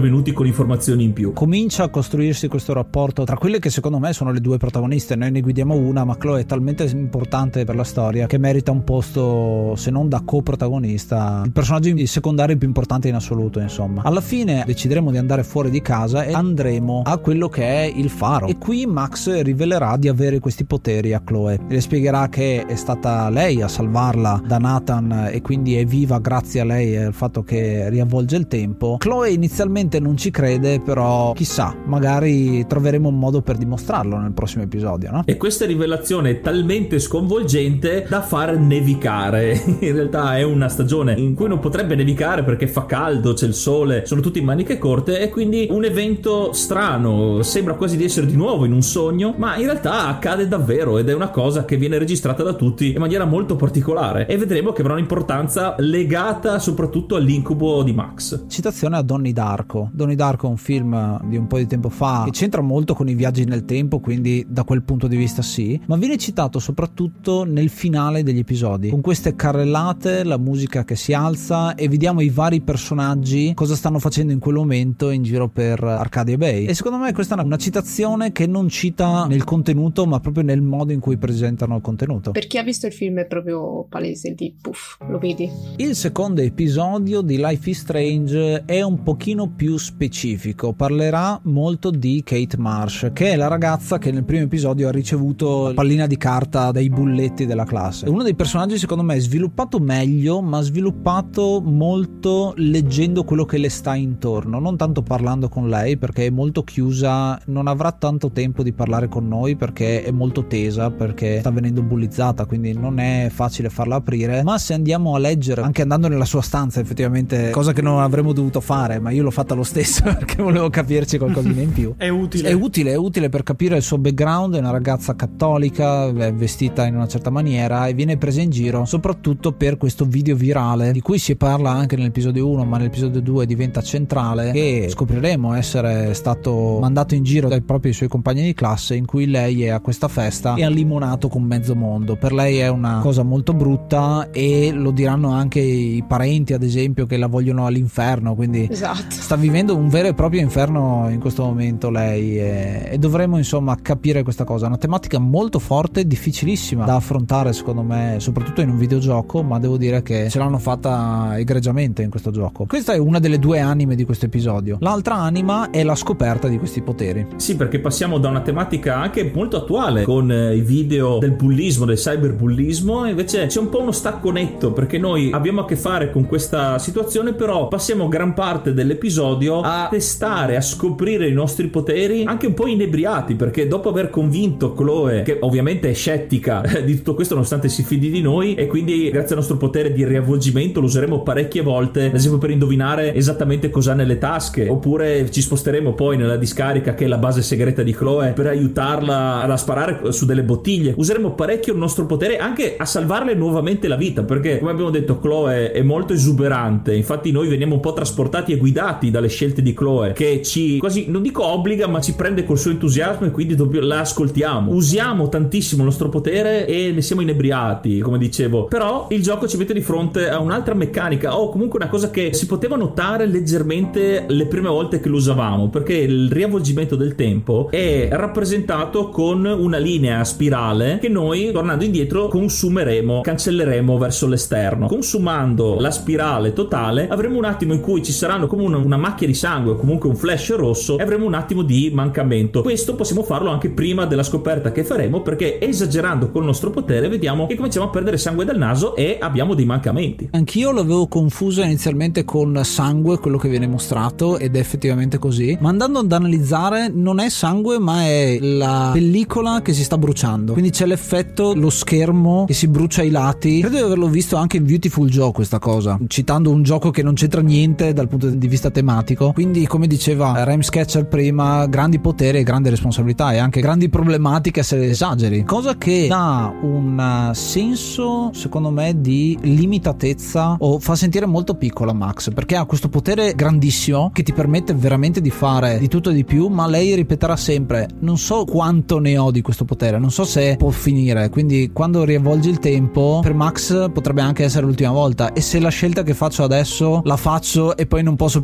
minuti con informazioni in più. Comincia a costruirsi questo rapporto tra quelle che secondo me sono le due protagoniste. Noi ne guidiamo una, ma Chloe è talmente importante per la storia che merita un posto, se non da coprotagonista, il personaggio secondario più importante in assoluto. Insomma, alla fine decideremo di andare fuori di casa e andremo a quello che è il faro, e qui Max rivelerà di avere questi poteri a Chloe. Le spiegherà che è stata lei a salvarla da Nathan e quindi è viva grazie a lei e al fatto che riavvolge il tempo. Chloe inizialmente non ci crede, però chissà, magari troveremo un modo per dimostrarlo nel prossimo episodio, no? E questa rivelazione è talmente sconvolgente da far nevicare. In realtà è una stagione in cui non potrebbe nevicare perché fa caldo, c'è il sole, sono tutti in maniche corte, e quindi un evento strano, sembra quasi di essere di nuovo in un sogno, ma in realtà accade davvero ed è una cosa che viene registrata da tutti in maniera molto particolare, e vedremo che avrà un'importanza legata soprattutto all'incubo di Max. Citazione a Donnie Darko. Donnie Darko è un film di un po' di tempo fa che c'entra molto con i viaggi nel tempo, quindi da quel punto di vista sì, ma viene citato soprattutto nel finale degli episodi, con queste carrellate, la musica che si alza e vediamo i vari personaggi cosa stanno facendo in quel momento in giro per Arcadia Bay. E secondo me questa è una citazione che non cita nel contenuto, ma proprio nel modo in cui presentano il contenuto. Per chi ha visto il film è proprio palese di puff, lo vedi. Il secondo episodio di Life is Strange è un pochino più specifico, parlerà molto di Kate Marsh, che è la ragazza che nel primo episodio ha ricevuto la pallina di carta dai bulletti della classe. È uno dei personaggi secondo me sviluppato meglio, ma sviluppato molto leggendo quello che le sta intorno, non tanto parlando con lei perché è molto chiusa, non avrà tanto tempo di parlare con noi perché è molto tesa, perché sta venendo bullizzata, quindi non è facile farla aprire. Ma se andiamo a leggere, anche andando nella sua stanza, effettivamente, cosa che non avremmo dovuto fare, ma io l'ho fatta lo stesso perché volevo capirci qualcosina in più. È utile. È utile, è utile per capire il suo background. È una ragazza cattolica, è vestita in una certa maniera e viene presa in giro soprattutto per questo video virale di cui si parla anche nell'episodio uno, ma nell'episodio due diventa centrale, che scopriremo essere stato mandato in giro dai propri suoi compagni di classe, in cui lei è a questa festa e ha limonato con mezzo mondo. Per lei è una cosa molto brutta e lo diranno anche i parenti, ad esempio, che la vogliono all'inferno, quindi esatto, sta vivendo un vero e proprio inferno in questo momento lei, e, e dovremo insomma capire questa cosa. È una tematica molto forte, difficilissima da affrontare secondo me, soprattutto in un videogioco, ma devo dire che ce l'hanno fatta egregiamente in questo gioco. Questa è una delle due anime di questo episodio. L'altra anima è la scoperta di questi poteri. Sì, perché passiamo da una tematica anche molto attuale con eh, i video del bullismo, del cyberbullismo, e invece c'è un po' uno stacco netto, perché noi abbiamo a che fare con questa situazione, però passiamo gran parte dell'episodio a testare, a scoprire i nostri poteri, anche un po' inebriati, perché dopo aver convinto Chloe, che ovviamente è scettica di tutto questo nonostante si fidi di noi, e quindi grazie al nostro potere di riavvolgimento lo useremo parecchie volte, ad esempio per indovinare esattamente cosa ha nelle tasche, oppure ci sposteremo poi nella discarica, che è la base segreta di Chloe, per aiutarla a sparare su delle bottiglie. Useremo parecchio il nostro potere anche a salvarle nuovamente la vita, perché come abbiamo detto Chloe è molto esuberante, infatti noi veniamo un po' trasportati e guidati dalle scelte di Chloe, che ci quasi, non dico obbliga, ma ci prende col suo entusiasmo, e quindi dobb- la ascoltiamo, usiamo tantissimo il nostro potere e ne siamo inebriati, come dicevo. Però il gioco ci mette di fronte a un'altra meccanica, o comunque una cosa che si poteva notare leggermente le prime volte che lo usavamo, perché il riavvolgimento del tempo è rappresentato con una linea spirale che noi, tornando indietro, consumeremo, cancelleremo verso l'esterno. Consumando la spirale totale avremo un attimo in cui ci saranno come una, una macchia di sangue o comunque un flash rosso, e avremo un attimo di mancamento. Questo possiamo farlo anche prima della scoperta che faremo, perché esagerando col nostro potere vediamo che cominciamo a perdere sangue dal naso e abbiamo dei mancamenti. Anch'io l'avevo confuso inizialmente con sangue, quello che viene mostrato, ed è effettivamente così, ma andando ad analizzare non è sangue ma è la pellicola che si sta bruciando, quindi c'è l'effetto, lo schermo che si brucia ai lati. Credo di averlo visto anche in Beautiful Joe questa cosa, citando un gioco che non c'entra niente dal punto di vista tematico. Quindi, come diceva Rhyme Sketcher prima, grandi poteri e grandi responsabilità, e anche grandi problematiche se esageri, cosa che dà un senso secondo me di limitatezza, o fa sentire molto piccola Max, perché ha questo potere grandissimo che ti permette veramente di fare di tutto e di più, ma lei ripeterà sempre: non so quanto ne ho di questo potere, non so se può finire. Quindi quando riavvolgi il tempo, per Max potrebbe anche essere l'ultima volta, e se la scelta che faccio adesso la faccio e poi non posso più tornare indietro,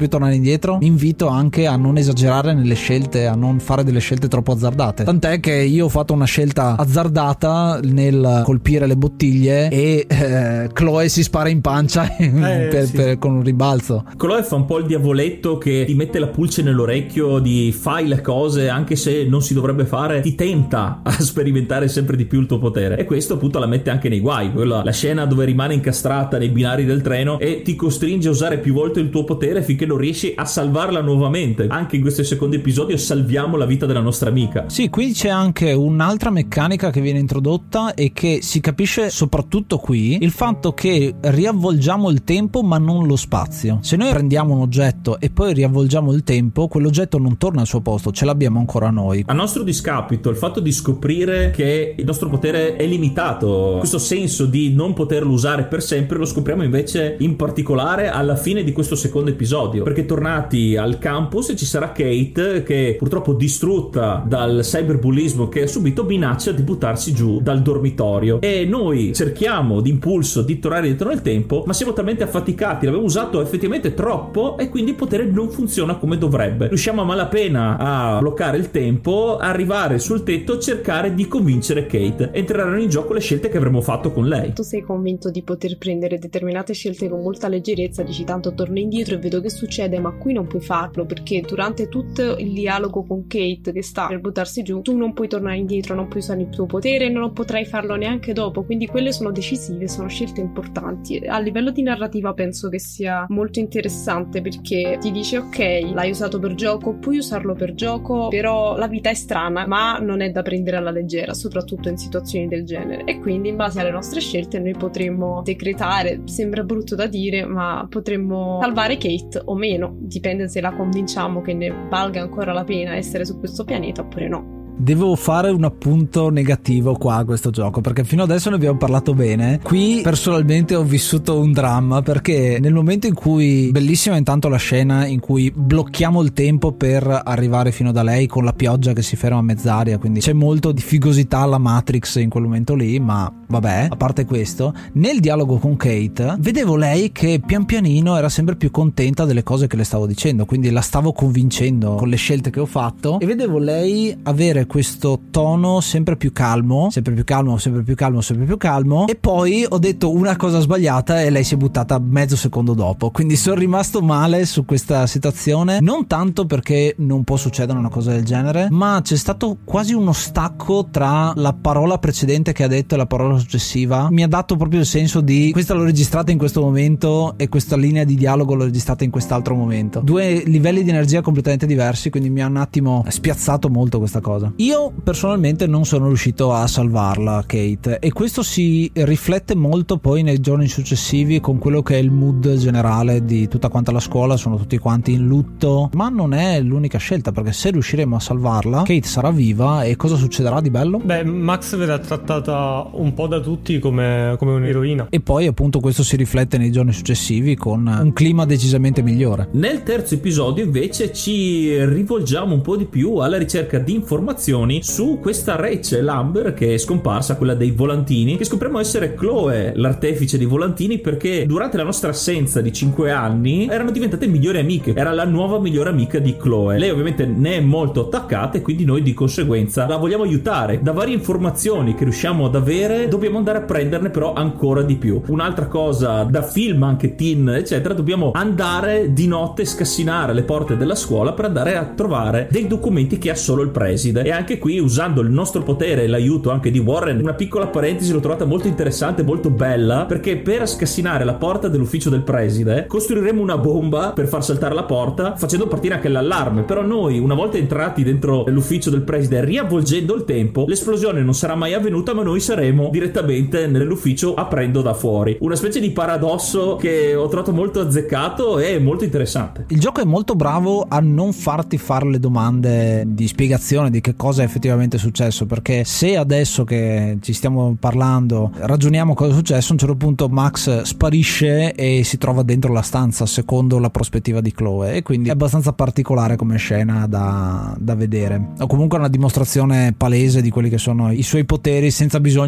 indietro, invito anche a non esagerare nelle scelte, a non fare delle scelte troppo azzardate. Tant'è che io ho fatto una scelta azzardata nel colpire le bottiglie e eh, Chloe si spara in pancia eh, per, sì. per, con un ribalzo. Chloe fa un po' il diavoletto che ti mette la pulce nell'orecchio di fai le cose anche se non si dovrebbe fare, ti tenta a sperimentare sempre di più il tuo potere, e questo appunto la mette anche nei guai. Quella, la scena dove rimane incastrata nei binari del treno e ti costringe a usare più volte il tuo potere finché non riesci a salvarla nuovamente. Anche in questo secondo episodio salviamo la vita della nostra amica. Sì, qui c'è anche un'altra meccanica che viene introdotta e che si capisce soprattutto qui, il fatto che riavvolgiamo il tempo ma non lo spazio. Se noi prendiamo un oggetto e poi riavvolgiamo il tempo, quell'oggetto non torna al suo posto, ce l'abbiamo ancora noi. A nostro discapito, il fatto di scoprire che il nostro potere è limitato, questo senso di non poterlo usare per sempre, lo scopriamo invece in particolare alla fine di questo secondo episodio, perché tornati al campus ci sarà Kate che, purtroppo distrutta dal cyberbullismo che ha subito, minaccia di buttarsi giù dal dormitorio, e noi cerchiamo d'impulso di tornare dietro nel tempo, ma siamo talmente affaticati, l'abbiamo usato effettivamente troppo e quindi il potere non funziona come dovrebbe. Riusciamo a malapena a bloccare il tempo, arrivare sul tetto, cercare di convincere Kate. Entreranno in gioco le scelte che avremmo fatto con lei. Tu sei convinto di poter prendere determinate scelte con molta leggerezza, dici tanto torno indietro e vedo che succede, ma qui non puoi farlo perché durante tutto il dialogo con Kate che sta per buttarsi giù tu non puoi tornare indietro, non puoi usare il tuo potere e non potrai farlo neanche dopo, quindi quelle sono decisive, sono scelte importanti. A livello di narrativa penso che sia molto interessante perché ti dice ok, l'hai usato per gioco, puoi usarlo per gioco, però la vita è strana ma non è da prendere alla leggera, soprattutto in situazioni del genere, e quindi in base alle nostre scelte noi potremmo decretare, sembra brutto da dire, ma potremmo salvare Kate o meno, dipende se la convinciamo che ne valga ancora la pena essere su questo pianeta oppure no. Devo fare un appunto negativo qua a questo gioco, perché fino adesso ne abbiamo parlato bene. Qui personalmente ho vissuto un dramma, perché nel momento in cui, bellissima intanto la scena in cui blocchiamo il tempo per arrivare fino da lei con la pioggia che si ferma a mezz'aria, quindi c'è molto di figosità alla Matrix in quel momento lì, ma vabbè, a parte questo, nel dialogo con Kate vedevo lei che pian pianino era sempre più contenta delle cose che le stavo dicendo, quindi la stavo convincendo con le scelte che ho fatto, e vedevo lei avere questo tono sempre più calmo, sempre più calmo, sempre più calmo, sempre più calmo, e poi ho detto una cosa sbagliata e lei si è buttata mezzo secondo dopo, quindi sono rimasto male su questa situazione, non tanto perché non può succedere una cosa del genere, ma c'è stato quasi uno stacco tra la parola precedente che ha detto e la parola successiva. Mi ha dato proprio il senso di questa l'ho registrata in questo momento e questa linea di dialogo l'ho registrata in quest'altro momento, due livelli di energia completamente diversi, quindi mi ha un attimo spiazzato molto questa cosa. Io personalmente non sono riuscito a salvarla Kate, e questo si riflette molto poi nei giorni successivi con quello che è il mood generale di tutta quanta la scuola, sono tutti quanti in lutto, ma non è l'unica scelta, perché se riusciremo a salvarla Kate sarà viva, e cosa succederà di bello? Beh, Max verrà trattata un po' da tutti come, come un'eroina, e poi appunto questo si riflette nei giorni successivi con un clima decisamente migliore. Nel terzo episodio invece ci rivolgiamo un po' di più alla ricerca di informazioni su questa Rachel Amber che è scomparsa, quella dei volantini, che scopriamo essere Chloe, l'artefice dei volantini, perché durante la nostra assenza di cinque anni erano diventate migliori amiche, era la nuova migliore amica di Chloe. Lei ovviamente ne è molto attaccata e quindi noi di conseguenza la vogliamo aiutare. Da varie informazioni che riusciamo ad avere dobbiamo andare a prenderne però ancora di più. Un'altra cosa da film, anche teen eccetera, dobbiamo andare di notte e scassinare le porte della scuola per andare a trovare dei documenti che ha solo il preside. E anche qui, usando il nostro potere e l'aiuto anche di Warren, una piccola parentesi l'ho trovata molto interessante, molto bella, perché per scassinare la porta dell'ufficio del preside costruiremo una bomba per far saltare la porta, facendo partire anche l'allarme. Però noi, una volta entrati dentro l'ufficio del preside, riavvolgendo il tempo, l'esplosione non sarà mai avvenuta, ma noi saremo direttamente nell'ufficio aprendo da fuori. Una specie di paradosso che ho trovato molto azzeccato e molto interessante. Il gioco è molto bravo a non farti fare le domande di spiegazione di che cosa è effettivamente successo, perché se adesso che ci stiamo parlando ragioniamo cosa è successo, a un certo punto Max sparisce e si trova dentro la stanza secondo la prospettiva di Chloe, e quindi è abbastanza particolare come scena da, da vedere, o comunque una dimostrazione palese di quelli che sono i suoi poteri senza bisogno di indovinare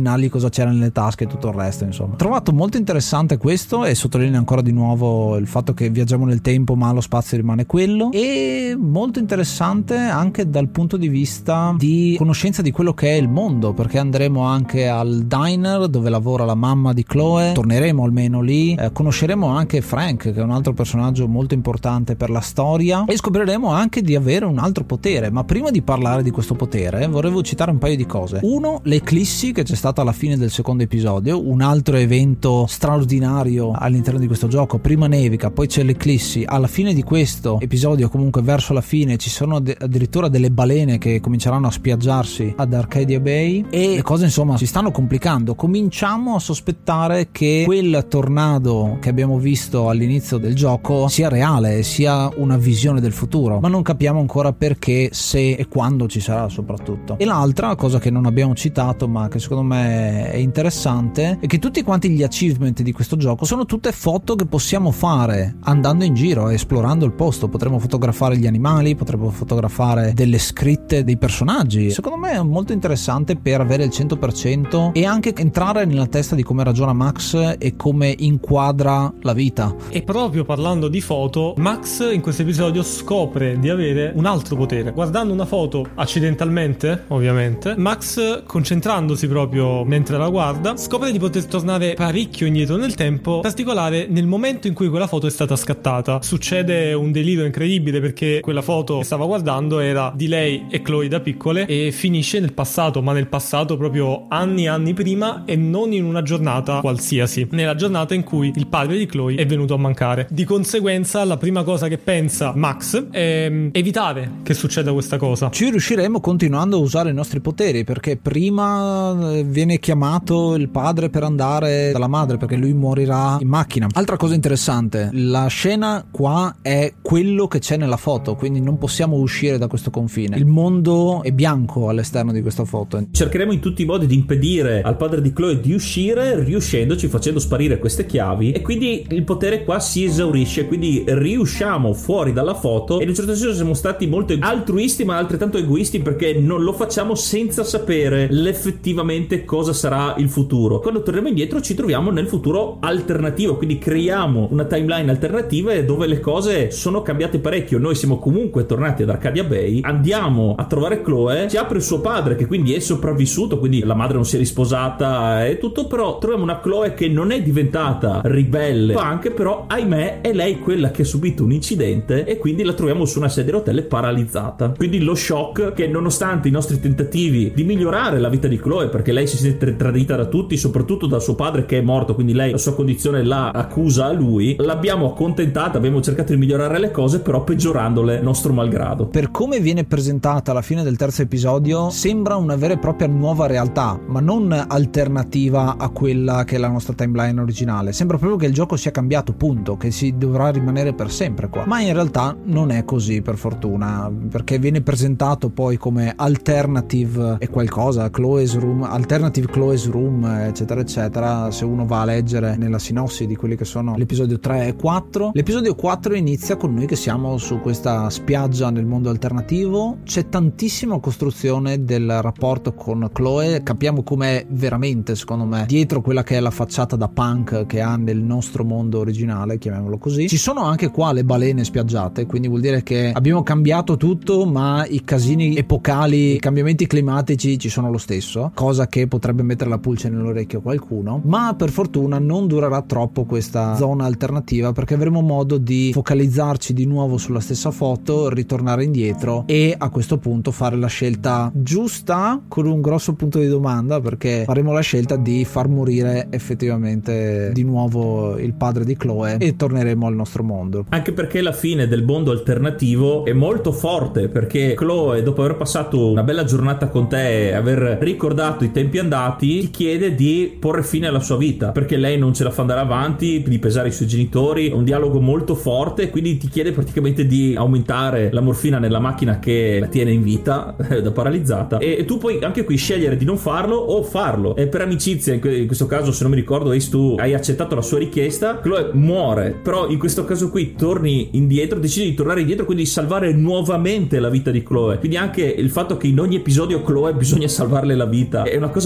allenargli cosa c'era nelle tasche e tutto il resto, insomma. Ho trovato molto interessante questo, e sottolineo ancora di nuovo il fatto che viaggiamo nel tempo ma lo spazio rimane quello, e molto interessante anche dal punto di vista di conoscenza di quello che è il mondo, perché andremo anche al diner dove lavora la mamma di Chloe, torneremo almeno lì, eh, conosceremo anche Frank, che è un altro personaggio molto importante per la storia, e scopriremo anche di avere un altro potere. Ma prima di parlare di questo potere volevo citare un paio di cose. Uno, l'eclissi che c'è stata alla fine del secondo episodio, un altro evento straordinario all'interno di questo gioco. Prima nevica, poi c'è l'eclissi, alla fine di questo episodio, comunque verso la fine, ci sono de- addirittura delle balene che cominceranno a spiaggiarsi ad Arcadia Bay, e le cose insomma si stanno complicando. Cominciamo a sospettare che quel tornado che abbiamo visto all'inizio del gioco sia reale, sia una visione del futuro, ma non capiamo ancora perché, se e quando ci sarà soprattutto. E l'altra cosa che non abbiamo citato ma che secondo me è interessante è che tutti quanti gli achievement di questo gioco sono tutte foto che possiamo fare andando in giro e esplorando il posto. Potremmo fotografare gli animali, potremmo fotografare delle scritte dei personaggi. Secondo me è molto interessante per avere il cento per cento e anche entrare nella testa di come ragiona Max e come inquadra la vita. E proprio parlando di foto, Max in questo episodio scopre di avere un altro potere. Guardando una foto accidentalmente, ovviamente, Max, concentrandosi proprio mentre la guarda, scopre di poter tornare parecchio indietro nel tempo, in particolare nel momento in cui quella foto è stata scattata. Succede un delirio incredibile, perché quella foto che stava guardando era di lei e Chloe da piccole e finisce nel passato, ma nel passato proprio anni e anni prima, e non in una giornata qualsiasi, nella giornata in cui il padre di Chloe è venuto a mancare. Di conseguenza la prima cosa che pensa Max è evitare che succeda questa cosa. Ci riusciremo continuando a usare i nostri poteri, perché prima viene chiamato il padre per andare dalla madre perché lui morirà in macchina. Altra cosa interessante, la scena qua è quello che c'è nella foto, quindi non possiamo uscire da questo confine. Il mondo è bianco all'esterno di questa foto. Cercheremo in tutti i modi di impedire al padre di Chloe di uscire, riuscendoci, facendo sparire queste chiavi, e quindi il potere qua si esaurisce, quindi riusciamo fuori dalla foto. E in un certo senso siamo stati molto altruisti ma altrettanto egoisti, perché non lo facciamo senza sapere effettivamente cosa sarà il futuro. Quando torniamo indietro ci troviamo nel futuro alternativo, quindi creiamo una timeline alternativa dove le cose sono cambiate parecchio. Noi siamo comunque tornati ad Arcadia Bay, andiamo a trovare Chloe, ci apre il suo padre che quindi è sopravvissuto, quindi la madre non si è risposata e tutto, però troviamo una Chloe che non è diventata ribelle anche, però ahimè è lei quella che ha subito un incidente e quindi la troviamo su una sedia a rotelle paralizzata. Quindi lo shock che, nonostante i nostri tentativi di migliorare la vita di Chloe, perché lei si sente tradita da tutti, soprattutto dal suo padre che è morto, quindi lei la sua condizione la accusa a lui, l'abbiamo accontentata, abbiamo cercato di migliorare le cose, però peggiorandole nostro malgrado. Per come viene presentata alla fine del terzo episodio sembra una vera e propria nuova realtà, ma non alternativa a quella che è la nostra timeline originale. Sembra proprio che il gioco sia cambiato, punto, che si dovrà rimanere per sempre qua, ma in realtà non è così, per fortuna, perché viene presentato poi come alternative e qualcosa, Chloe's Room, alternative Chloe's Room, eccetera eccetera, se uno va a leggere nella sinossi di quelli che sono l'episodio tre e quattro. L'episodio quattro inizia con noi che siamo su questa spiaggia nel mondo alternativo, c'è tantissima costruzione del rapporto con Chloe, capiamo com'è veramente, secondo me, dietro quella che è la facciata da punk che ha nel nostro mondo originale, chiamiamolo così. Ci sono anche qua le balene spiaggiate, quindi vuol dire che abbiamo cambiato tutto, ma i casini epocali, i cambiamenti climatici ci sono lo stesso, cosa che potrebbe mettere la pulce nell'orecchio a qualcuno, ma per fortuna non durerà troppo questa zona alternativa, perché avremo modo di focalizzarci di nuovo sulla stessa foto, ritornare indietro e a questo punto fare la scelta giusta, con un grosso punto di domanda, perché faremo la scelta di far morire effettivamente di nuovo il padre di Chloe e torneremo al nostro mondo. Anche perché la fine del mondo alternativo è molto forte, perché Chloe, dopo aver passato una bella giornata con te e aver ricordato i tempi andati, ti chiede di porre fine alla sua vita, perché lei non ce la fa andare avanti, di pesare i suoi genitori, un dialogo molto forte, quindi ti chiede praticamente di aumentare la morfina nella macchina che la tiene in vita da paralizzata, e tu puoi anche qui scegliere di non farlo o farlo. E per amicizia, in questo caso, se non mi ricordo, Ace, tu hai accettato la sua richiesta, Chloe muore, però in questo caso qui torni indietro, decidi di tornare indietro, quindi salvare nuovamente la vita di Chloe. Quindi anche il fatto che in ogni episodio Chloe bisogna salvarle la vita è una cosa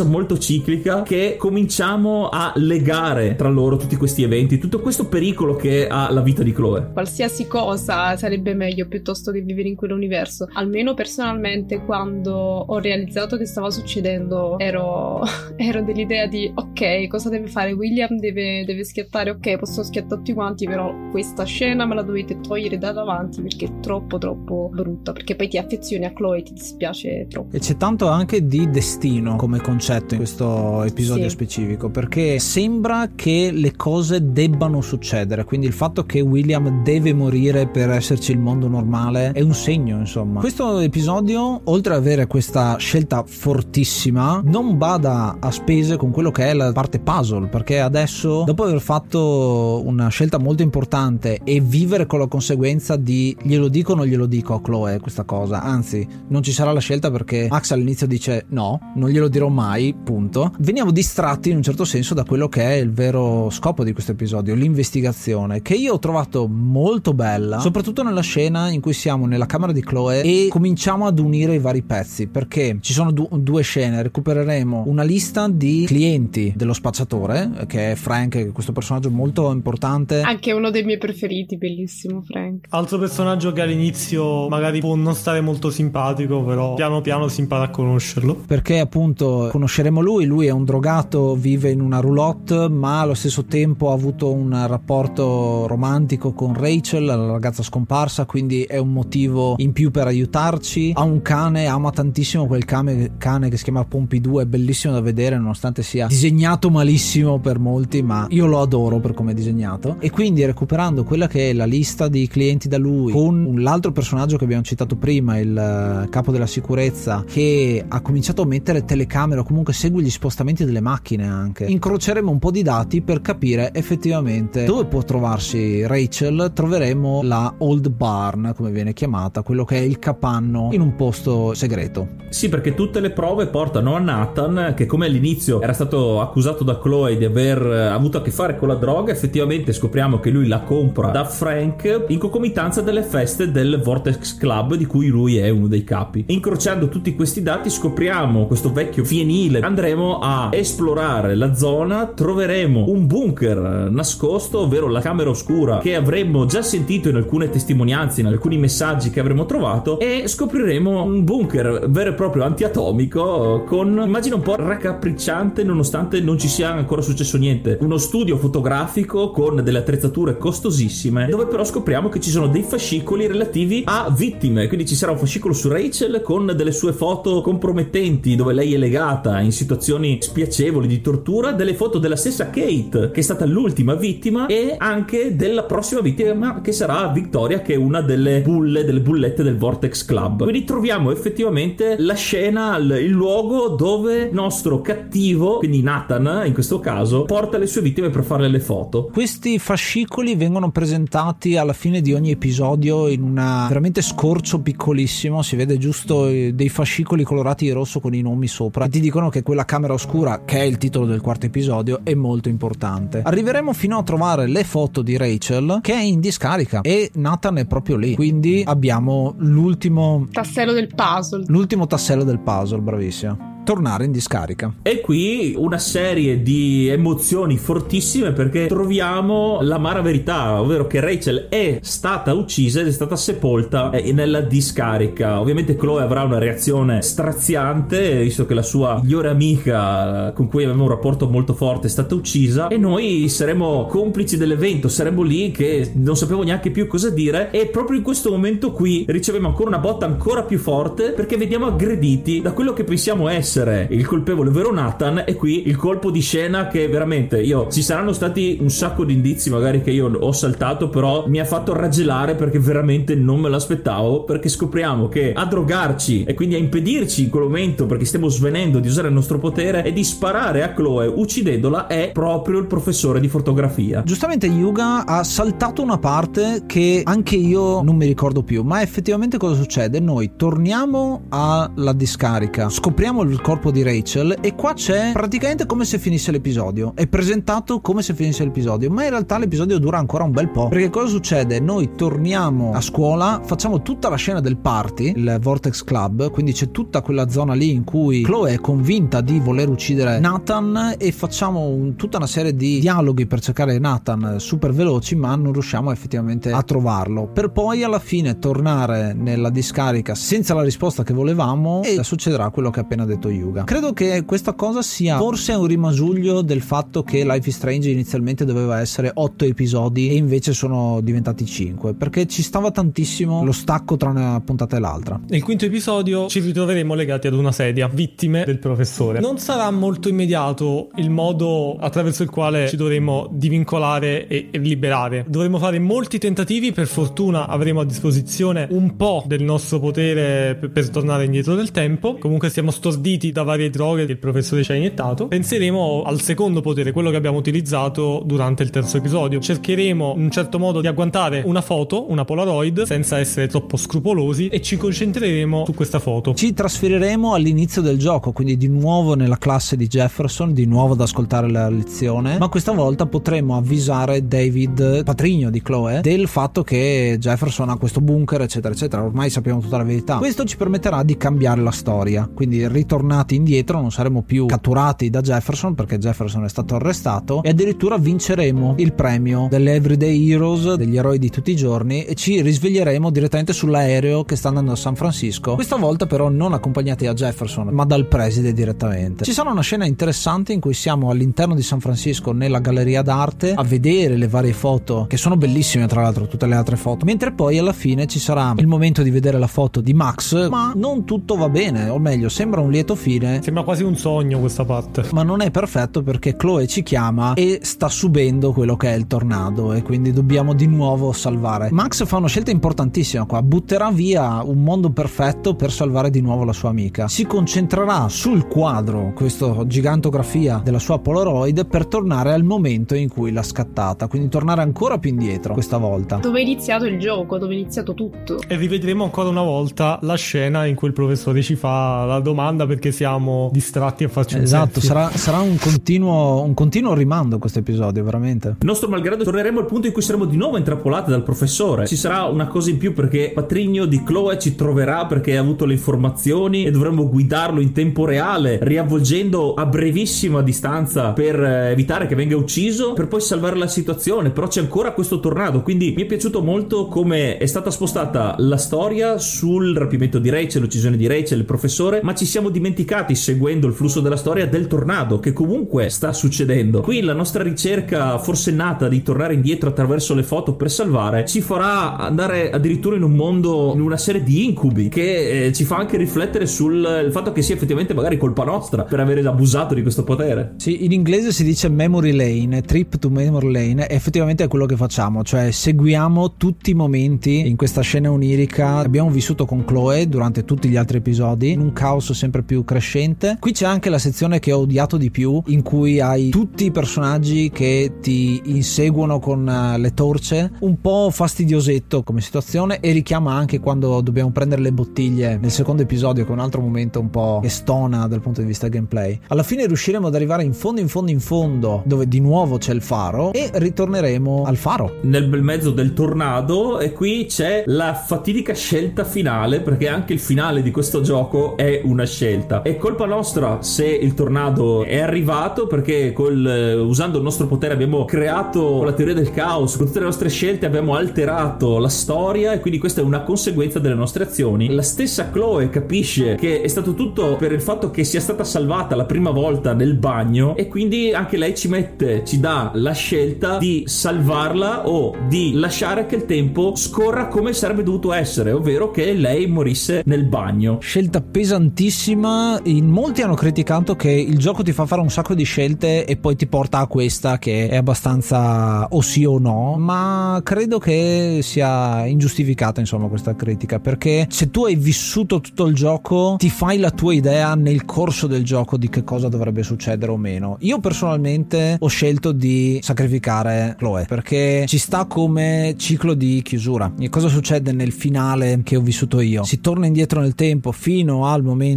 molto ciclica che cominciamo a legare tra loro tutti questi eventi, tutto questo pericolo che ha la vita di Chloe. Qualsiasi cosa sarebbe meglio piuttosto che vivere in quell'universo. Almeno personalmente, quando ho realizzato che stava succedendo, ero, ero dell'idea di ok, cosa deve fare William? Deve, deve schiattare, ok, posso schiattare tutti quanti, però questa scena me la dovete togliere da davanti perché è troppo troppo brutta, perché poi ti affezioni a Chloe e ti dispiace troppo. E c'è tanto anche di destino come concetto in questo episodio sì. specifico, perché sembra che le cose debbano succedere, quindi il fatto che William deve morire per esserci il mondo normale è un segno, insomma. Questo episodio, oltre ad avere questa scelta fortissima, non bada a spese con quello che è la parte puzzle, perché adesso, dopo aver fatto una scelta molto importante e vivere con la conseguenza di glielo dico o non glielo dico a Chloe questa cosa, anzi non ci sarà la scelta perché Max all'inizio dice no, non glielo dirò mai, punto, veniamo distratti in un certo senso da quello che è il vero scopo di questo episodio, l'investigazione, che io ho trovato molto bella, soprattutto nella scena in cui siamo nella camera di Chloe e cominciamo ad unire i vari pezzi, perché ci sono du- due scene. Recupereremo una lista di clienti dello spacciatore, che è Frank, questo personaggio molto importante, anche uno dei miei preferiti, bellissimo Frank. Altro personaggio che all'inizio magari può non stare molto simpatico, però piano piano si impara a conoscerlo, perché appunto conosceremo lui lui è un drogato, vive in una roulotte, ma allo stesso tempo ha avuto un rapporto romantico con Rachel, la ragazza scomparsa, quindi è un motivo in più per aiutarci. Ha un cane, ama tantissimo quel cane, cane che si chiama Pompidou, è bellissimo da vedere nonostante sia disegnato malissimo per molti, ma io lo adoro per come è disegnato. E quindi recuperando quella che è la lista di clienti da lui con l'altro personaggio che abbiamo citato prima, il capo della sicurezza, che ha cominciato a mettere telecamere o comunque segue gli spostamenti delle macchine, anche incroceremo un po' di dati per capire effettivamente dove può trovarsi Rachel. Troveremo la Old Barn, come viene chiamata, quello che è il capanno in un posto segreto. Sì, perché tutte le prove portano a Nathan, che come all'inizio era stato accusato da Chloe di aver avuto a che fare con la droga, effettivamente scopriamo che lui la compra da Frank in concomitanza delle feste del Vortex Club di cui lui è uno dei capi. Incrociando tutti questi dati scopriamo questo vecchio fienile, andremo a esplorare la zona, troveremo un bunker nascosto, ovvero la camera oscura che avremmo già sentito in alcune testimonianze, in alcuni messaggi che avremmo trovato, e scopriremo un bunker vero e proprio antiatomico con immagine un po' raccapricciante nonostante non ci sia ancora successo niente, uno studio fotografico con delle attrezzature costosissime, dove però scopriamo che ci sono dei fascicoli relativi a vittime, quindi ci sarà un fascicolo su Rachel con delle sue foto compromettenti dove lei è legata in situazioni spiacevoli di tortura, delle foto della stessa Kate che è stata l'ultima vittima e anche della prossima vittima che sarà Victoria, che è una delle bulle, delle bullette del Vortex Club. Quindi troviamo effettivamente la scena, il luogo dove il nostro cattivo, quindi Nathan in questo caso, porta le sue vittime per farle le foto. Questi fascicoli vengono presentati alla fine di ogni episodio in una veramente scorcio piccolissimo, si vede giusto dei fascicoli colorati di rosso con i nomi sopra e ti dicono che quella camera oscura, che è il titolo del quarto episodio, è molto importante. Arriveremo fino a trovare le foto di Rachel che è in discarica e Nathan è proprio lì, quindi abbiamo l'ultimo tassello del puzzle l'ultimo tassello del puzzle, bravissimo. Tornare in discarica. E qui una serie di emozioni fortissime, perché troviamo l'amara verità, ovvero che Rachel è stata uccisa ed è stata sepolta nella discarica. Ovviamente Chloe avrà una reazione straziante visto che la sua migliore amica con cui aveva un rapporto molto forte è stata uccisa, e noi saremo complici dell'evento, saremo lì che non sapevo neanche più cosa dire, e proprio in questo momento qui riceviamo ancora una botta ancora più forte, perché veniamo aggrediti da quello che pensiamo essere il colpevole, ovvero Nathan. E qui il colpo di scena che veramente io, ci saranno stati un sacco di indizi magari che io ho saltato, però mi ha fatto raggelare perché veramente non me l'aspettavo, perché scopriamo che a drogarci e quindi a impedirci in quel momento, perché stiamo svenendo, di usare il nostro potere e di sparare a Chloe uccidendola è proprio il professore di fotografia. Giustamente Yuga ha saltato una parte che anche io non mi ricordo più, ma effettivamente cosa succede? Noi torniamo alla discarica, scopriamo il corpo di Rachel, e qua c'è praticamente come se finisse l'episodio, è presentato come se finisse l'episodio, ma in realtà l'episodio dura ancora un bel po', perché cosa succede? Noi torniamo a scuola, facciamo tutta la scena del party, il Vortex Club, quindi c'è tutta quella zona lì in cui Chloe è convinta di voler uccidere Nathan e facciamo un, tutta una serie di dialoghi per cercare Nathan super veloci, ma non riusciamo effettivamente a trovarlo, per poi alla fine tornare nella discarica senza la risposta che volevamo e succederà quello che ha appena detto Yuga. Credo che questa cosa sia forse un rimasuglio del fatto che Life is Strange inizialmente doveva essere otto episodi e invece sono diventati cinque, perché ci stava tantissimo lo stacco tra una puntata e l'altra. Nel quinto episodio ci ritroveremo legati ad una sedia, vittime del professore. Non sarà molto immediato il modo attraverso il quale ci dovremo divincolare e, e liberare. Dovremo fare molti tentativi, per fortuna avremo a disposizione un po' del nostro potere per, per tornare indietro del tempo. Comunque siamo storditi da varie droghe che il professore ci ha iniettato. Penseremo al secondo potere, quello che abbiamo utilizzato durante il terzo episodio. Cercheremo in un certo modo di agguantare una foto, una Polaroid, senza essere troppo scrupolosi, e ci concentreremo su questa foto. Ci trasferiremo all'inizio del gioco, quindi di nuovo nella classe di Jefferson, di nuovo ad ascoltare la lezione, ma questa volta potremo avvisare David, patrigno di Chloe, del fatto che Jefferson ha questo bunker eccetera eccetera. Ormai sappiamo tutta la verità. Questo ci permetterà di cambiare la storia, quindi ritornati indietro non saremo più catturati da Jefferson perché Jefferson è stato arrestato, e addirittura vinceremo il premio delle Everyday Heroes, degli eroi di tutti i giorni, e ci risveglieremo direttamente sull'aereo che sta andando a San Francisco, questa volta però non accompagnati da Jefferson ma dal preside direttamente. Ci sarà una scena interessante in cui siamo all'interno di San Francisco nella galleria d'arte a vedere le varie foto, che sono bellissime tra l'altro tutte le altre foto, mentre poi alla fine ci sarà il momento di vedere la foto di Max, ma non tutto va bene, o meglio sembra un lieto fine, sembra quasi un sogno questa parte, ma non è perfetto perché Chloe ci chiama e sta subendo quello che è il tornado e quindi dobbiamo di nuovo salvare. Max fa una scelta importantissima qua, butterà via un mondo perfetto per salvare di nuovo la sua amica, si concentrerà sul quadro, questo gigantografia della sua Polaroid, per tornare al momento in cui l'ha scattata, quindi tornare ancora più indietro questa volta, dove è iniziato il gioco, dove è iniziato tutto, e rivedremo ancora una volta la scena in cui il professore ci fa la domanda perché siamo distratti a farci un esatto, sarà, sarà un continuo un continuo rimando questo episodio, veramente. Nostro malgrado torneremo al punto in cui saremo di nuovo intrappolati dal professore. Ci sarà una cosa in più perché patrigno di Chloe ci troverà perché ha avuto le informazioni e dovremo guidarlo in tempo reale, riavvolgendo a brevissima distanza per evitare che venga ucciso, per poi salvare la situazione. Però c'è ancora questo tornado, quindi mi è piaciuto molto come è stata spostata la storia sul rapimento di Rachel, l'uccisione di Rachel, il professore, ma ci siamo dimenticati, seguendo il flusso della storia, del tornado che comunque sta succedendo. Qui la nostra ricerca forsennata di tornare indietro attraverso le foto per salvare ci farà andare addirittura in un mondo, in una serie di incubi che eh, ci fa anche riflettere sul fatto che sia effettivamente magari colpa nostra per aver abusato di questo potere. Sì, in inglese si dice memory lane, trip to memory lane, e effettivamente è quello che facciamo, cioè seguiamo tutti i momenti in questa scena onirica. Abbiamo vissuto con Chloe durante tutti gli altri episodi in un caos sempre più crescente. Qui c'è anche la sezione che ho odiato di più, in cui hai tutti i personaggi che ti inseguono con le torce, un po' fastidiosetto come situazione, e richiama anche quando dobbiamo prendere le bottiglie nel secondo episodio, che è un altro momento un po' che stona dal punto di vista gameplay. Alla fine riusciremo ad arrivare in fondo in fondo in fondo dove di nuovo c'è il faro e ritorneremo al faro nel bel mezzo del tornado, e qui c'è la fatidica scelta finale, perché anche il finale di questo gioco è una scelta. È colpa nostra se il tornado è arrivato, perché col, usando il nostro potere abbiamo creato la teoria del caos, con tutte le nostre scelte abbiamo alterato la storia, e quindi questa è una conseguenza delle nostre azioni. La stessa Chloe capisce che è stato tutto per il fatto che sia stata salvata la prima volta nel bagno, e quindi anche lei ci mette, ci dà la scelta di salvarla o di lasciare che il tempo scorra come sarebbe dovuto essere, ovvero che lei morisse nel bagno. Scelta pesantissima. In molti hanno criticato che il gioco ti fa fare un sacco di scelte e poi ti porta a questa che è abbastanza o sì o no, ma credo che sia ingiustificata insomma questa critica, perché se tu hai vissuto tutto il gioco ti fai la tua idea nel corso del gioco di che cosa dovrebbe succedere o meno. Io personalmente ho scelto di sacrificare Chloe perché ci sta come ciclo di chiusura. E cosa succede nel finale che ho vissuto io? Si torna indietro nel tempo fino al momento del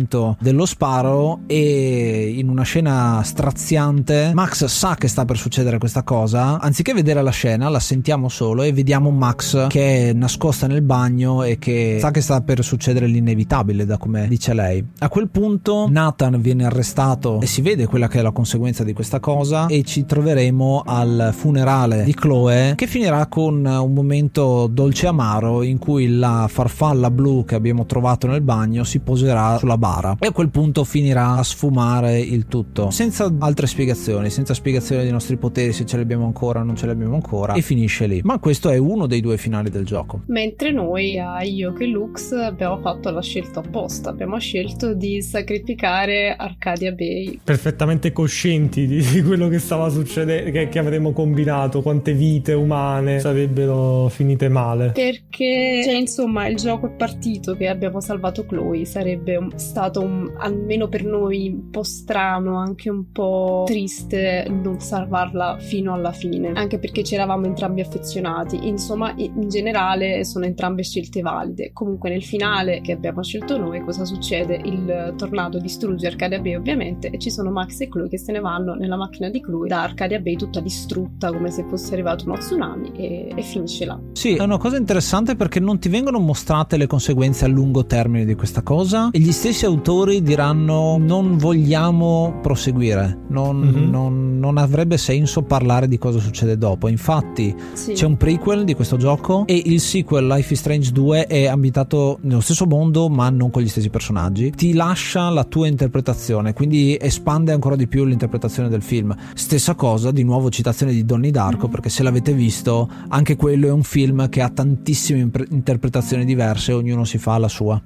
dello sparo e in una scena straziante Max sa che sta per succedere questa cosa. Anziché vedere la scena, la sentiamo solo e vediamo Max che è nascosta nel bagno e che sa che sta per succedere l'inevitabile, da come dice lei. A quel punto Nathan viene arrestato e si vede quella che è la conseguenza di questa cosa, e ci troveremo al funerale di Chloe, che finirà con un momento dolce amaro in cui la farfalla blu che abbiamo trovato nel bagno si poserà sulla bara, e a quel punto finirà a sfumare il tutto senza altre spiegazioni, senza spiegazioni dei nostri poteri, se ce li abbiamo ancora o non ce li abbiamo ancora, e finisce lì. Ma questo è uno dei due finali del gioco. Mentre noi a Io che Lux abbiamo fatto la scelta opposta, abbiamo scelto di sacrificare Arcadia Bay, perfettamente coscienti di, di quello che stava succedendo, che, che avremmo combinato, quante vite umane sarebbero finite male, perché cioè, insomma il gioco è partito che abbiamo salvato Chloe, sarebbe un, stato un, almeno per noi un po' strano, anche un po' triste non salvarla fino alla fine, anche perché ci eravamo entrambi affezionati. Insomma, in generale sono entrambe scelte valide. Comunque nel finale che abbiamo scelto noi, cosa succede? Il tornado distrugge Arcadia Bay ovviamente, e ci sono Max e Chloe che se ne vanno nella macchina di Chloe da Arcadia Bay tutta distrutta come se fosse arrivato uno tsunami, e, e finisce là. Sì, è una cosa interessante perché non ti vengono mostrate le conseguenze a lungo termine di questa cosa, e gli stessi autori diranno non vogliamo proseguire, non, mm-hmm. non, non avrebbe senso parlare di cosa succede dopo. Infatti sì, c'è un prequel di questo gioco e il sequel Life is Strange due è ambientato nello stesso mondo ma non con gli stessi personaggi, ti lascia la tua interpretazione, quindi espande ancora di più l'interpretazione del film. Stessa cosa, di nuovo citazione di Donnie Darko, perché se l'avete visto anche quello è un film che ha tantissime impre- interpretazioni diverse, ognuno si fa la sua.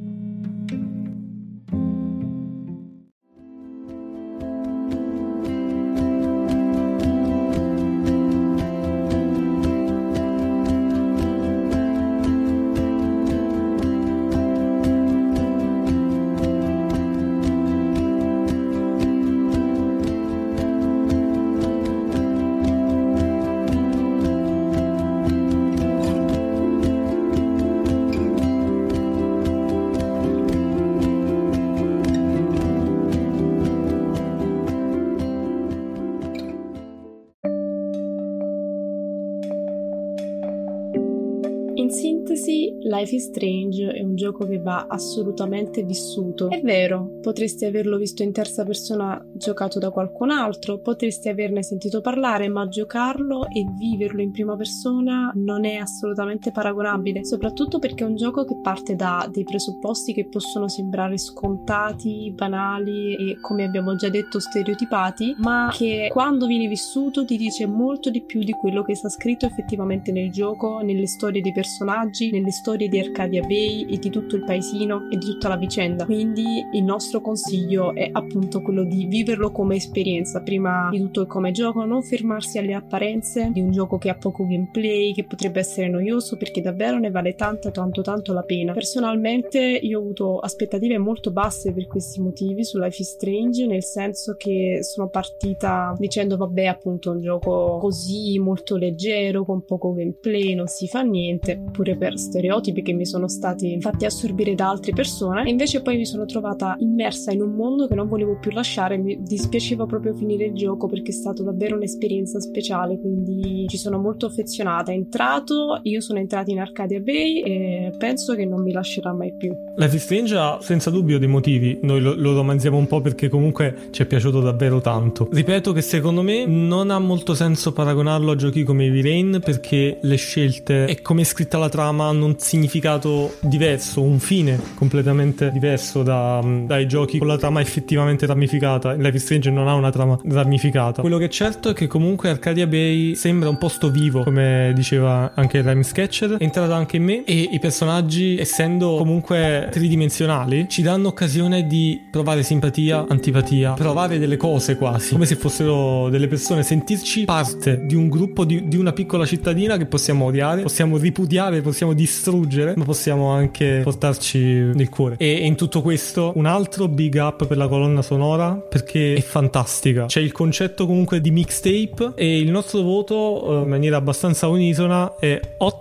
In sintesi, Life is Strange è un gioco che va assolutamente vissuto. È vero, potresti averlo visto in terza persona giocato da qualcun altro, potresti averne sentito parlare, ma giocarlo e viverlo in prima persona non è assolutamente paragonabile, soprattutto perché è un gioco che parte da dei presupposti che possono sembrare scontati, banali e, come abbiamo già detto, stereotipati, ma che quando viene vissuto ti dice molto di più di quello che sta scritto effettivamente nel gioco, nelle storie dei personaggi, nelle storie di Arcadia Bay e di tutto il paesino e di tutta la vicenda. Quindi il nostro consiglio è appunto quello di viverlo come esperienza, prima di tutto come gioco, non fermarsi alle apparenze di un gioco che ha poco gameplay, che potrebbe essere noioso, perché davvero ne vale tanto tanto tanto la pena. Personalmente io ho avuto aspettative molto basse per questi motivi su Life is Strange, nel senso che sono partita dicendo vabbè, appunto un gioco così molto leggero, con poco gameplay, non si fa niente, pure per stereotipi che mi sono stati fatti assorbire da altre persone, e invece poi mi sono trovata immersa in un mondo che non volevo più lasciare. Mi dispiaceva proprio finire il gioco perché è stato davvero un'esperienza speciale, quindi ci sono molto affezionata. È entrato, io sono entrata in Arcadia Bay e penso che non mi lascerà mai più. Life is Strange ha senza dubbio dei motivi, noi lo, lo romanziamo un po' perché comunque ci è piaciuto davvero tanto. Ripeto che secondo me non ha molto senso paragonarlo a giochi come Heavy Rain, perché le scelte e come è scritta la trama hanno un significato diverso, un fine completamente diverso da, dai giochi con la trama effettivamente ramificata. Life is Strange non ha una trama ramificata. Quello che è certo è che comunque Arcadia Bay sembra un posto vivo, come diceva anche Rhyme Sketcher, è entrata anche in me, e i personaggi, essendo comunque tridimensionali, ci danno occasione di provare simpatia, antipatia, provare delle cose quasi come se fossero delle persone, sentirci parte di un gruppo, di, di una piccola cittadina che possiamo odiare, possiamo ripudiare, possiamo distruggere, ma possiamo anche portarci nel cuore. E in tutto questo un altro big up per la colonna sonora, perché è fantastica. C'è il concetto comunque di mixtape, e il nostro voto in maniera abbastanza unisona è otto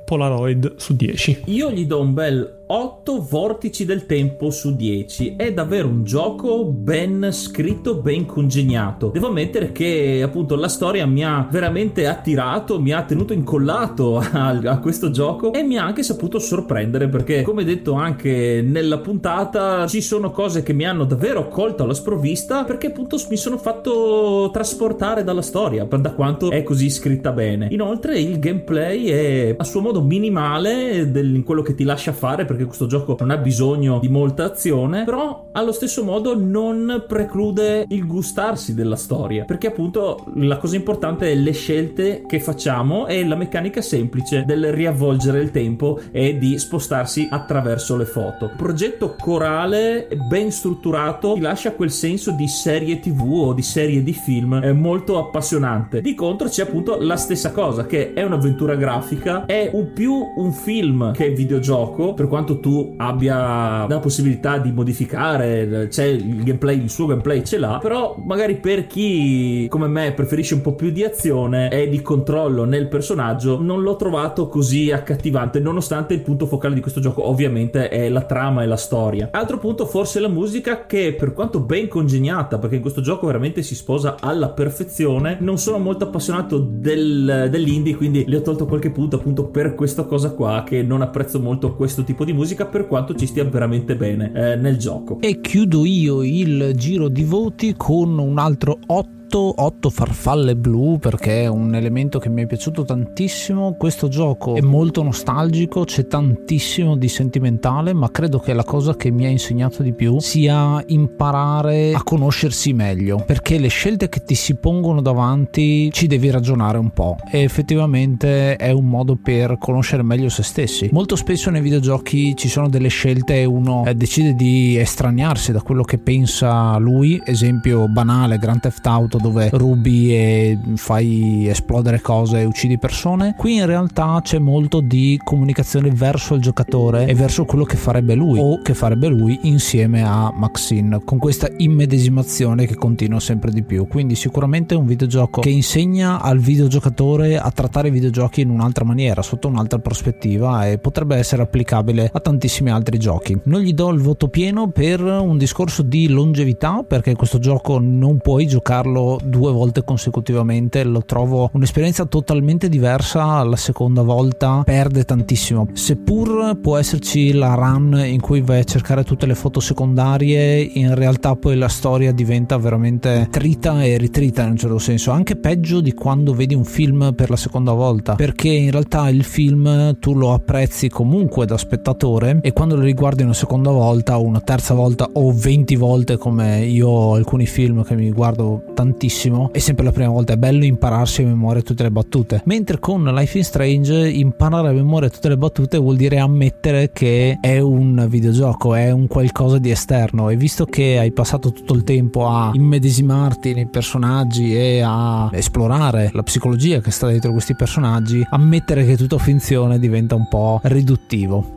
Polaroid su dieci. Io gli do un bel otto vortici del tempo su dieci. È davvero un gioco ben scritto, ben congegnato. Devo ammettere che appunto la storia mi ha veramente attirato, mi ha tenuto incollato a, a questo gioco e mi ha anche saputo sorprendere, perché come detto anche nella puntata ci sono cose che mi hanno davvero colto alla sprovvista, perché appunto mi sono fatto trasportare dalla storia, per da quanto è così scritta bene. Inoltre il gameplay è a suo modo minimale del, in quello che ti lascia fare, perché questo gioco non ha bisogno di molta azione, però allo stesso modo non preclude il gustarsi della storia, perché appunto la cosa importante è le scelte che facciamo e la meccanica semplice del riavvolgere il tempo e di spostarsi attraverso le foto. Progetto corale, ben strutturato, ti lascia quel senso di serie tv o di serie di film è molto appassionante. Di contro c'è appunto la stessa cosa, che è un'avventura grafica, è un più un film che videogioco, per quanto tu abbia la possibilità di modificare, c'è il gameplay, il suo gameplay ce l'ha, però magari per chi come me preferisce un po' più di azione e di controllo nel personaggio, non l'ho trovato così accattivante, nonostante il punto focale di questo gioco ovviamente è la trama e la storia. Altro punto forse la musica, che per quanto ben congegnata, perché in questo gioco veramente si sposa alla perfezione, non sono molto appassionato del, dell'indie, quindi le ho tolto qualche punto appunto per questa cosa qua, che non apprezzo molto questo tipo di musica, per quanto ci stia veramente bene eh, nel gioco. E chiudo io il giro di voti con un altro otto otto farfalle blu, perché è un elemento che mi è piaciuto tantissimo. Questo gioco è molto nostalgico, c'è tantissimo di sentimentale, ma credo che la cosa che mi ha insegnato di più sia imparare a conoscersi meglio, perché le scelte che ti si pongono davanti ci devi ragionare un po', e effettivamente è un modo per conoscere meglio se stessi. Molto spesso nei videogiochi ci sono delle scelte e uno eh, decide di estraniarsi da quello che pensa lui, esempio banale Grand Theft Auto, dove rubi e fai esplodere cose e uccidi persone. Qui in realtà c'è molto di comunicazione verso il giocatore e verso quello che farebbe lui o che farebbe lui insieme a Maxine, con questa immedesimazione che continua sempre di più. Quindi sicuramente è un videogioco che insegna al videogiocatore a trattare i videogiochi in un'altra maniera, sotto un'altra prospettiva, e potrebbe essere applicabile a tantissimi altri giochi. Non gli do il voto pieno per un discorso di longevità, perché questo gioco non puoi giocarlo due volte consecutivamente, lo trovo un'esperienza totalmente diversa. La seconda volta perde tantissimo, seppur può esserci la run in cui vai a cercare tutte le foto secondarie, in realtà poi la storia diventa veramente trita e ritrita in un certo senso, anche peggio di quando vedi un film per la seconda volta, perché in realtà il film tu lo apprezzi comunque da spettatore, e quando lo riguardi una seconda volta, una terza volta o venti volte, come io ho alcuni film che mi guardo tantissimo, è sempre la prima volta. È bello impararsi a memoria tutte le battute, mentre con Life is Strange imparare a memoria tutte le battute vuol dire ammettere che è un videogioco, è un qualcosa di esterno, e visto che hai passato tutto il tempo a immedesimarti nei personaggi e a esplorare la psicologia che sta dietro questi personaggi, ammettere che è tutto finzione diventa un po' riduttivo.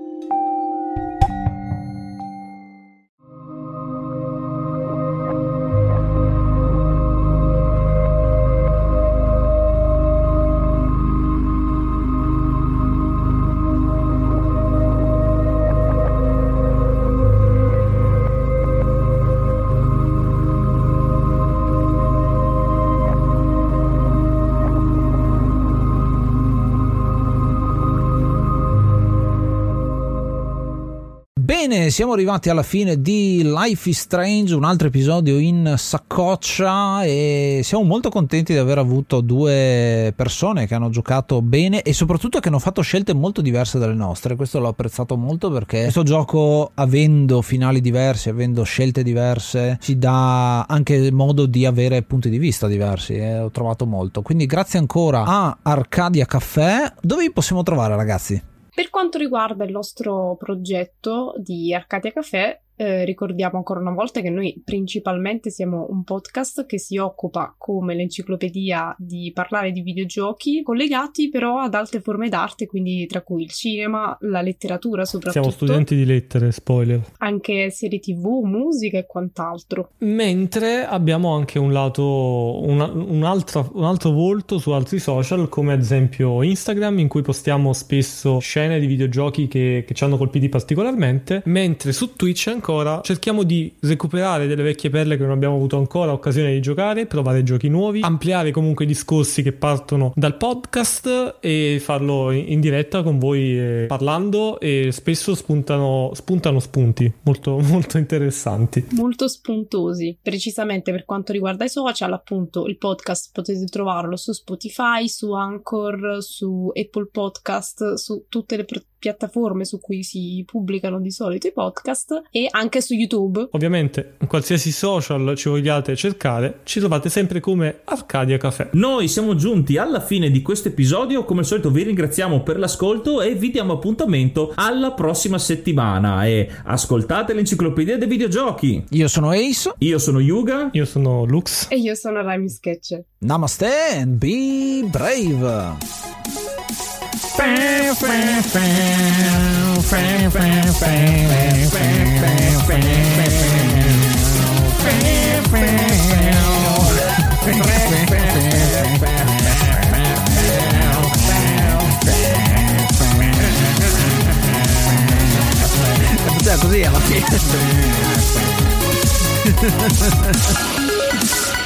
Bene, siamo arrivati alla fine di Life is Strange, un altro episodio in saccoccia, e siamo molto contenti di aver avuto due persone che hanno giocato bene e soprattutto che hanno fatto scelte molto diverse dalle nostre. Questo l'ho apprezzato molto, perché questo gioco, avendo finali diversi, avendo scelte diverse, ci dà anche modo di avere punti di vista diversi, e ho trovato molto. Quindi grazie ancora a Arcadia Caffè. Dove vi possiamo trovare, ragazzi? Per quanto riguarda il nostro progetto di Arcadia Café, eh, ricordiamo ancora una volta che noi principalmente siamo un podcast che si occupa, come l'enciclopedia, di parlare di videogiochi, collegati però ad altre forme d'arte, quindi tra cui il cinema, la letteratura soprattutto. Siamo studenti di lettere, spoiler. Anche serie tv, musica e quant'altro. Mentre abbiamo anche un lato, una, un, altro, un altro volto su altri social, come ad esempio Instagram, in cui postiamo spesso scene di videogiochi che, che ci hanno colpiti particolarmente, mentre su Twitch ancora cerchiamo di recuperare delle vecchie perle che non abbiamo avuto ancora occasione di giocare, provare giochi nuovi, ampliare comunque i discorsi che partono dal podcast e farlo in, in diretta con voi, eh, parlando, e spesso spuntano, spuntano spunti molto, molto interessanti. Molto spuntosi. Precisamente per quanto riguarda i social, appunto, il podcast potete trovarlo su Spotify, su Anchor, su Apple Podcast, su tutte le pro- piattaforme su cui si pubblicano di solito i podcast, e anche su YouTube. Ovviamente in qualsiasi social ci vogliate cercare, ci trovate sempre come Arcadia Café. Noi siamo giunti alla fine di questo episodio, come al solito vi ringraziamo per l'ascolto e vi diamo appuntamento alla prossima settimana, e ascoltate l'enciclopedia dei videogiochi. Io sono Ace. Io sono Yuga. Io sono Lux. E io sono Rhyme Sketcher. Namaste and be brave. Così alla fine.